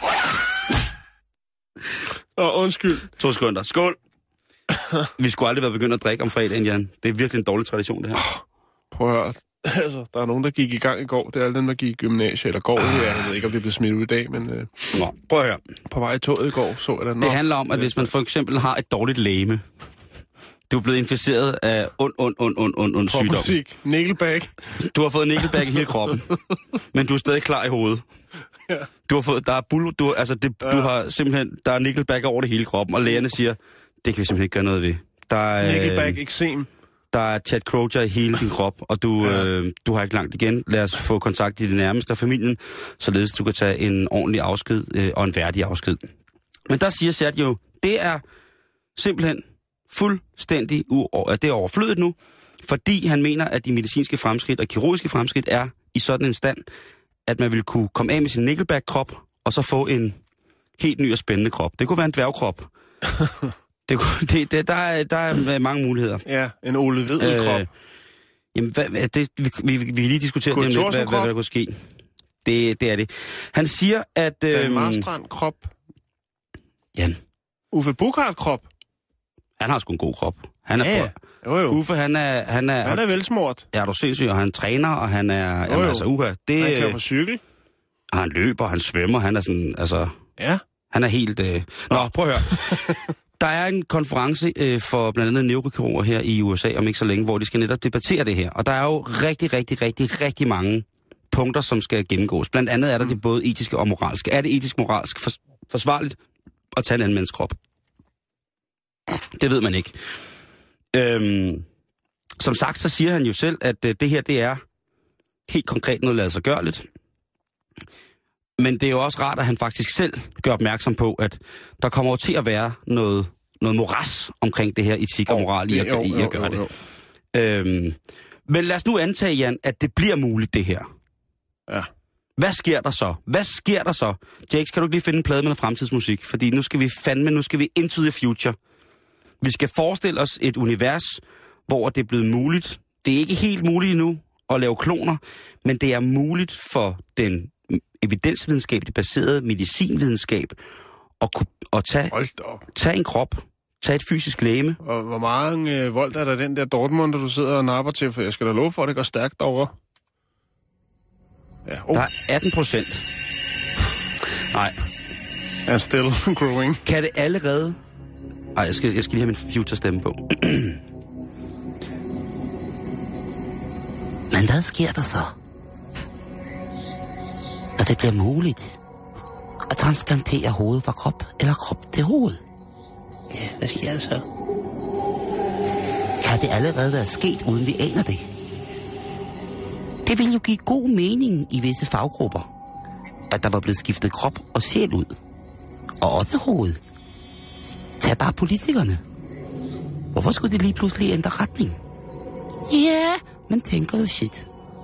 Åh, oh, undskyld. To sekunder. Skål. Vi skulle aldrig være begyndt at drikke om fredagen, Jan. Det er virkelig en dårlig tradition, det her. Prøv at høre. Altså, der er nogen, der gik i gang i går. Det er alle dem, der gik i gymnasiet. Eller går ah. Jeg ved ikke, om det blev smidt ud i dag, men... Øh, Nå, prøv at høre. På vej i toget i går, så jeg den. Det handler om, at hvis man for eksempel har et dårligt legeme, du er blevet inficeret af ond, ond, ond, ond, ond, ond sygdom. Musik. Nickelback. Du har fået nickelback i hele kroppen, men du er stadig klar i hovedet. Ja. Du har fået, der er bull, du, altså det, ja. Du har simpelthen, der er nickelback over det hele kroppen, og lægerne siger, det kan vi simpelthen ikke gøre noget ved. Der er, Nickelback, eksem. Der er Chad Kroger i hele din krop, og du, ja. øh, du har ikke langt igen. Lad os få kontakt til din nærmeste af familien, således du kan tage en ordentlig afsked øh, og en værdig afsked. Men der siger Chad jo, det er simpelthen fuldstændig u- det er overflødet nu, fordi han mener, at de medicinske fremskridt og kirurgiske fremskridt er i sådan en stand, at man vil kunne komme af med sin Nickelback-krop, og så få en helt ny og spændende krop. Det kunne være en dværgkrop. det, det, det, der, er, der er mange muligheder. Ja, en Ole Vedel-krop. Øh, jamen, hvad, hvad, det, vi, vi, vi kan lige diskutere det, hvad, hvad, hvad der kunne ske. Det, det er det. Han siger, at... Øh, Dan Marstrand-krop. Jan. Uffe Buchhardt-krop. Han har sgu en god krop. Han er ja, ja. Jo, jo. Uffe, han er... Han er, han er velsmurt. Ja, du er sindssyg, og han træner, og han er... Jo, jo. Altså, uha, det, han kører på cykel. Og han løber, han svømmer, han er sådan... Altså, ja. Han er helt... Øh... Nå, prøv at høre. Der er en konference øh, for blandt andet neurokirurger her i U S A om ikke så længe, hvor de skal netop debattere det her. Og der er jo rigtig, rigtig, rigtig, rigtig mange punkter, som skal gennemgås. Blandt andet er der mm. det både etiske og moralske. Er det etisk-moralsk for, forsvarligt at tage en anden mands krop? Det ved man ikke. Øhm, som sagt, så siger han jo selv, at øh, det her, det er helt konkret noget lade sig gørligt. Men det er jo også rart, at han faktisk selv gør opmærksom på, at der kommer til at være noget, noget moras omkring det her etik og moral i at, jo, i at gøre jo, jo, jo. det. Øhm, men lad os nu antage, Jan, at det bliver muligt, det her. Ja. Hvad sker der så? Hvad sker der så? Jakes, kan du ikke lige finde en plade med noget fremtidsmusik? Fordi nu skal vi fandme, nu skal vi into the future. Vi skal forestille os et univers, hvor det er blevet muligt. Det er ikke helt muligt endnu at lave kloner, men det er muligt for den evidensvidenskabeligt baserede medicinvidenskab at, kunne, at tage, tage en krop, tage et fysisk legeme. Og hvor mange øh, volt er der den der Dortmund, du sidder og napper til? For jeg skal da love for, at det går stærkt derovre. Ja, oh. Der er atten procent. Nej. And still growing. Kan det allerede... Ej, jeg skal, jeg skal lige have min future-stemme på. Men hvad sker der så? Når det bliver muligt at transplantere hovedet fra krop eller krop til hoved? Ja, hvad sker der så? Kan det allerede være sket, uden vi aner det? Det vil jo give god mening i visse faggrupper, at der var blevet skiftet krop og sjæl ud. Og også hoved. Tag bare politikerne. Hvorfor skulle de lige pludselig ændre retning? Ja, man tænker jo shit.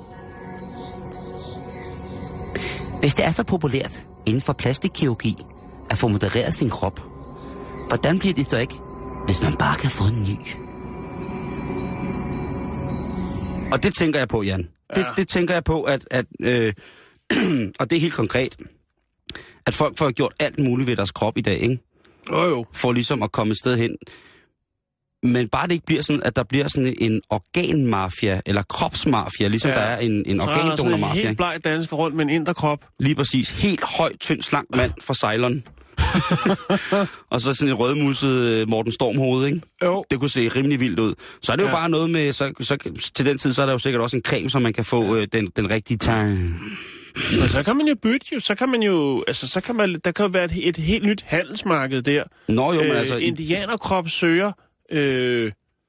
Hvis det er så populært inden for plastikkirurgi at få modereret sin krop, hvordan bliver det så ikke, hvis man bare kan få en ny? Og det tænker jeg på, Jan. Ja. Det, det tænker jeg på, at, at øh, og det er helt konkret, at folk får gjort alt muligt ved deres krop i dag, ikke? Jo, jo. For ligesom at komme et sted hen. Men bare det ikke bliver sådan, at der bliver sådan en organmafia, eller kropsmafia, ligesom ja. Der er en, en organdonormafia. Så er der helt bleg dansker rundt med en inderkrop. Lige præcis. Helt høj, tynd, slank mand fra Ceylon. Og så sådan et rødmuset Morten Storm-hoved, ikke? Jo. Det kunne se rimelig vildt ud. Så er det jo ja. Bare noget med, så, så, til den tid, så er der jo sikkert også en creme, så man kan få øh, den, den rigtige tegn. Men så kan man jo bytte jo, så kan man jo, altså så kan man, der kan jo være et, et helt nyt handelsmarked der. Nå jo, men øh, altså... Indianerkrop søger øh,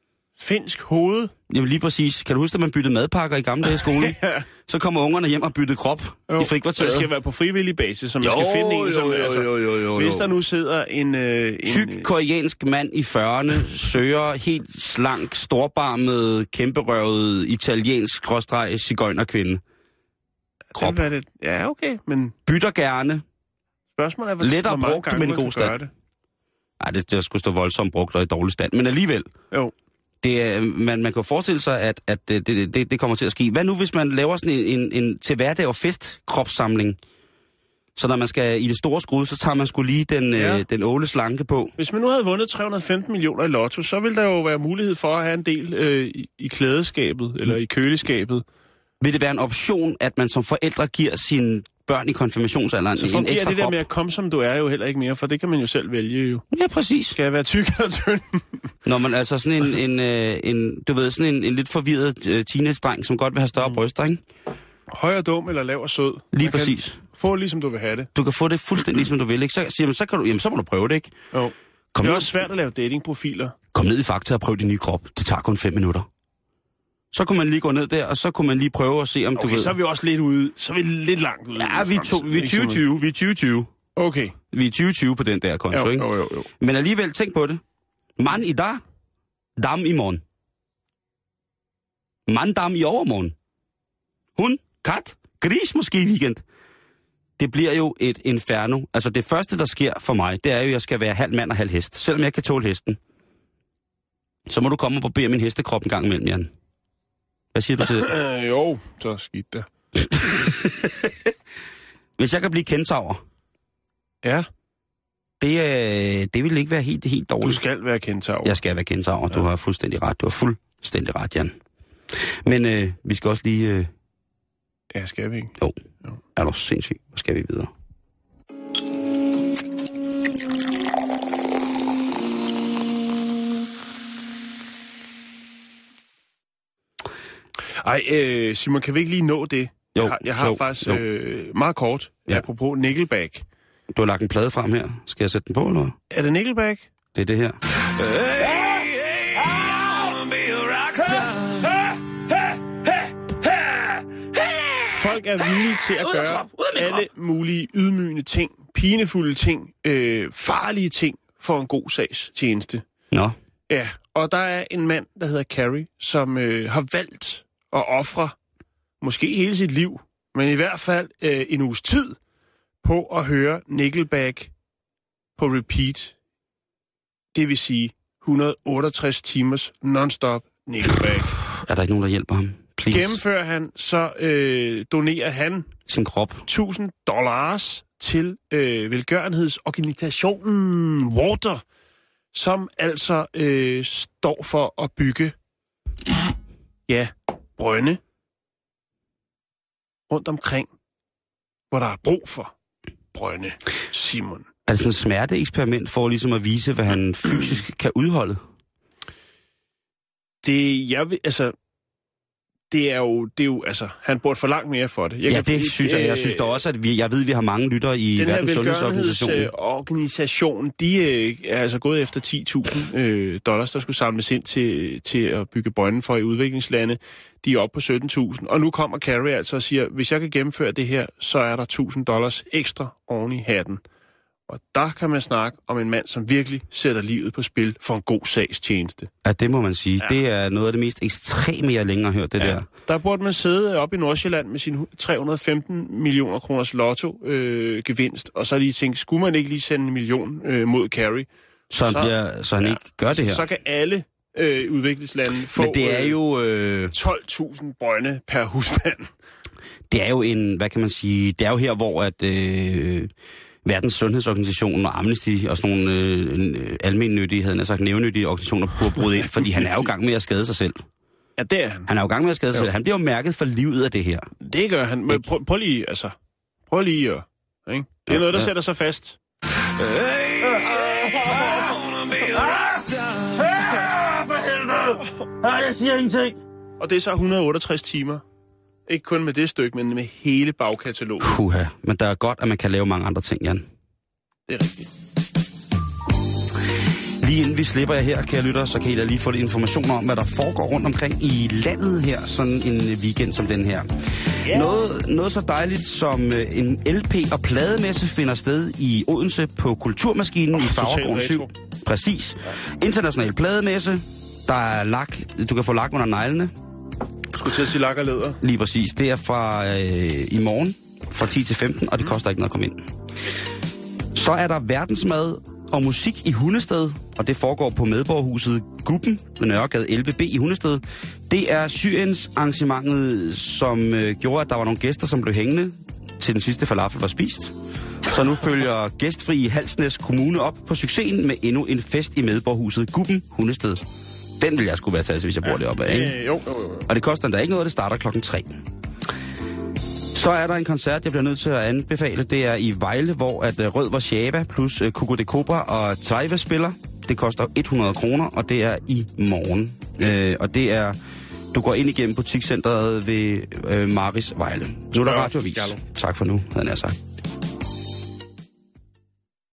finsk hoved. Jamen lige præcis. Kan du huske, at man byttede madpakker i gamle dage i skolen? Ja. Så kommer ungerne hjem og byttede krop jo, i frikvarteret. Det skal være på frivillig basis, så man jo, skal finde en, som... Jo, jo, altså, jo, jo, jo. Hvis der nu sidder en... Øh, tyk en, koreansk mand i fyrrerne søger helt slank, storbarmet, kæmperøvet, italiensk, skråstreg, sigøjnerkvinde. Krop. Det, det, ja, okay, men... Bytter gerne. Spørgsmålet er, hvor, lettere hvor brugt, men i god stand. det. Nej, det, det skulle stå voldsomt brugt og i dårlig stand. Men alligevel, jo. Det, man, man kan forestille sig, at, at det, det, det kommer til at ske. Hvad nu, hvis man laver sådan en, en, en til hverdag og fest kropssamling? Så når man skal i det store skud, så tager man sgu lige den, ja. øh, den åle slanke på. Hvis man nu havde vundet tre hundrede og femten millioner i lotto, så ville der jo være mulighed for at have en del øh, i, i klædeskabet, eller i køleskabet. Vil det være en option, at man som forældre giver sine børn i konfirmationsalderen så en ekstra krop? det der med at komme som du er jo heller ikke mere, for det kan man jo selv vælge jo. Ja, præcis. Skal jeg være tyk eller tynd? Når man altså sådan en, en, en, en du ved, sådan en, en lidt forvirret uh, teenage-dreng, som godt vil have større mm. bryster, ikke? Høj og dum eller lav og sød. Lige man præcis. Få ligesom du vil have det. Du kan få det fuldstændig som du vil, ikke? Så siger man, så, kan du, jamen, så må du prøve det, ikke? Jo. Kom det er også svært at lave datingprofiler. Kom ned i Fakta og prøv din nye krop. Det tager kun fem minutter. Så kunne man lige gå ned der, og så kunne man lige prøve at se, om okay, du ved... så er vi også lidt ude. Så er vi lidt langt ude. Ja, vi, to, vi er tyve tyve. Vi er tyve tyve. Okay. Vi er tyve tyve på den der konto, jo, ikke? Jo, jo, jo. Men alligevel, tænk på det. Man i dag, dam i morgen. Man dam i overmorgen. Hun, kat, gris måske i weekend. Det bliver jo et inferno. Altså det første, der sker for mig, det er jo, at jeg skal være halv mand og halv hest. Selvom jeg kan tåle hesten. Så må du komme og barbere min hestekrop en gang imellem, Jan. Hvad siger du til det? Øh, jo, så skidt det. Hvis jeg kan blive kentaur. Ja. Det, øh, det vil ikke være helt, helt dårligt. Du skal være kentaur. Jeg skal være kentaur. Du ja. har fuldstændig ret. Du har fuldstændig ret, Jan. Men øh, vi skal også lige... Øh... Ja, skal vi ikke? Jo. jo. Er du sindssygt? Hvor skal vi videre? Ej, øh, Simon, kan vi ikke lige nå det? Jo, jeg har, jeg har jo, faktisk jo. Øh, meget kort, ja. apropos Nickelback. Du har lagt en plade frem her. Skal jeg sætte den på, eller? Er det Nickelback? Det er det her. Folk er villige til at gøre alle mulige ydmygende ting, pinefulde ting, øh, farlige ting for en god sags tjeneste. Nå. Ja, og der er en mand, der hedder Carrie, som øh, har valgt at ofre måske hele sit liv, men i hvert fald øh, en uges tid på at høre Nickelback på repeat. Det vil sige et hundrede og otteogtres timers non-stop Nickelback. Er der ikke nogen, der hjælper ham? Please. Gennemfører han, så øh, donerer han sin krop tusind dollars til øh, velgørenhedsorganisationen Water, som altså øh, står for at bygge ja, brønde rundt omkring, hvor der er brug for brønde, Simon. Er det sådan et smerteeksperiment for ligesom at vise, hvad han fysisk kan udholde? Det, jeg vil, altså... Det er, jo, det er jo, altså, han burde få langt mere for det. Jeg ja, kan, det synes jeg. Jeg synes da også, at vi, jeg ved, at vi har mange lyttere i Verdens Sundhedsorganisation. Den her velgørenhedsorganisation, de øh, er altså gået efter ti tusind øh, dollars, der skulle samles ind til, til at bygge brønden for i udviklingslande. De er oppe på sytten tusind. Og nu kommer Carrie altså og siger, hvis jeg kan gennemføre det her, så er der tusind dollars ekstra oven i hatten. Og der kan man snakke om en mand, som virkelig sætter livet på spil for en god sags tjeneste. Ja, det må man sige. Ja. Det er noget af det mest ekstreme, jeg længere har hørt, det ja. der. Der burde man sidde op i Nordsjælland med sin tre hundrede og femten millioner kroners lotto-gevinst, øh, og så lige tænke, skulle man ikke lige sende en million øh, mod Carrie? Så, så, bliver, så han ja, ikke gør det her? Så, så kan alle øh, udviklingslande få Men det er jo, øh... tolv tusind brønde per husstand. Det er jo en, hvad kan man sige, det er jo her, hvor at... Øh... Verdens Sundhedsorganisation og Amnesty og sådan nogle øh, almennyttige, havde han sagt nævnyttige organisationer burde bryde ind, fordi han er jo i gang med at skade sig selv. Ja, det er han. Han er jo i gang med at skade sig selv. Han bliver jo mærket for livet af det her. Det gør han. Men prøv, prøv lige, altså. Prøv lige at... Ikke? Det er ja, noget, der ja. sætter sig fast. Jeg siger ingenting. Og det er så et hundrede og otteogtres timer. Ikke kun med det stykke, men med hele bagkataloget. Puha, men der er godt, at man kan lave mange andre ting, Jan. Det er rigtigt. Lige inden vi slipper jer her, kære lytter, så kan I da lige få lidt information om, hvad der foregår rundt omkring i landet her, sådan en weekend som den her. Yeah. Noget, noget så dejligt som en L P- og plademesse finder sted i Odense på Kulturmaskinen oh, i Farvergården syv. Præcis. Ja. International plademesse. Der er lak. Du kan få lak under neglene. Jeg skulle til at sige lak og læder. Lige præcis. Det er fra øh, i morgen fra ti til femten, og det koster ikke noget at komme ind. Så er der verdensmad og musik i Hundested, og det foregår på Medborgerhuset Guppen ved Nørregade elleve B i Hundested. Det er Syriens arrangementet, som øh, gjorde, at der var nogle gæster, som blev hængende til den sidste falafel var spist. Så nu følger gæstfri Halsnæs Kommune op på succesen med endnu en fest i Medborgerhuset Guppen Hundested. Den vil jeg sgu være taget, hvis jeg bor ja, deroppe af, ikke? Øh, jo, jo, jo. Og det koster endda ikke noget, det starter klokken tre. Så er der en koncert, jeg bliver nødt til at anbefale. Det er i Vejle, hvor at uh, Rød Warszawa plus uh, Coco de Cobra og Taiva spiller. Det koster hundrede kroner, og det er i morgen. Mm. Uh, og det er, du går ind igennem butikscenteret ved uh, Maris Vejle. Nu er der radioavis. Tak for nu, havde jeg sagt.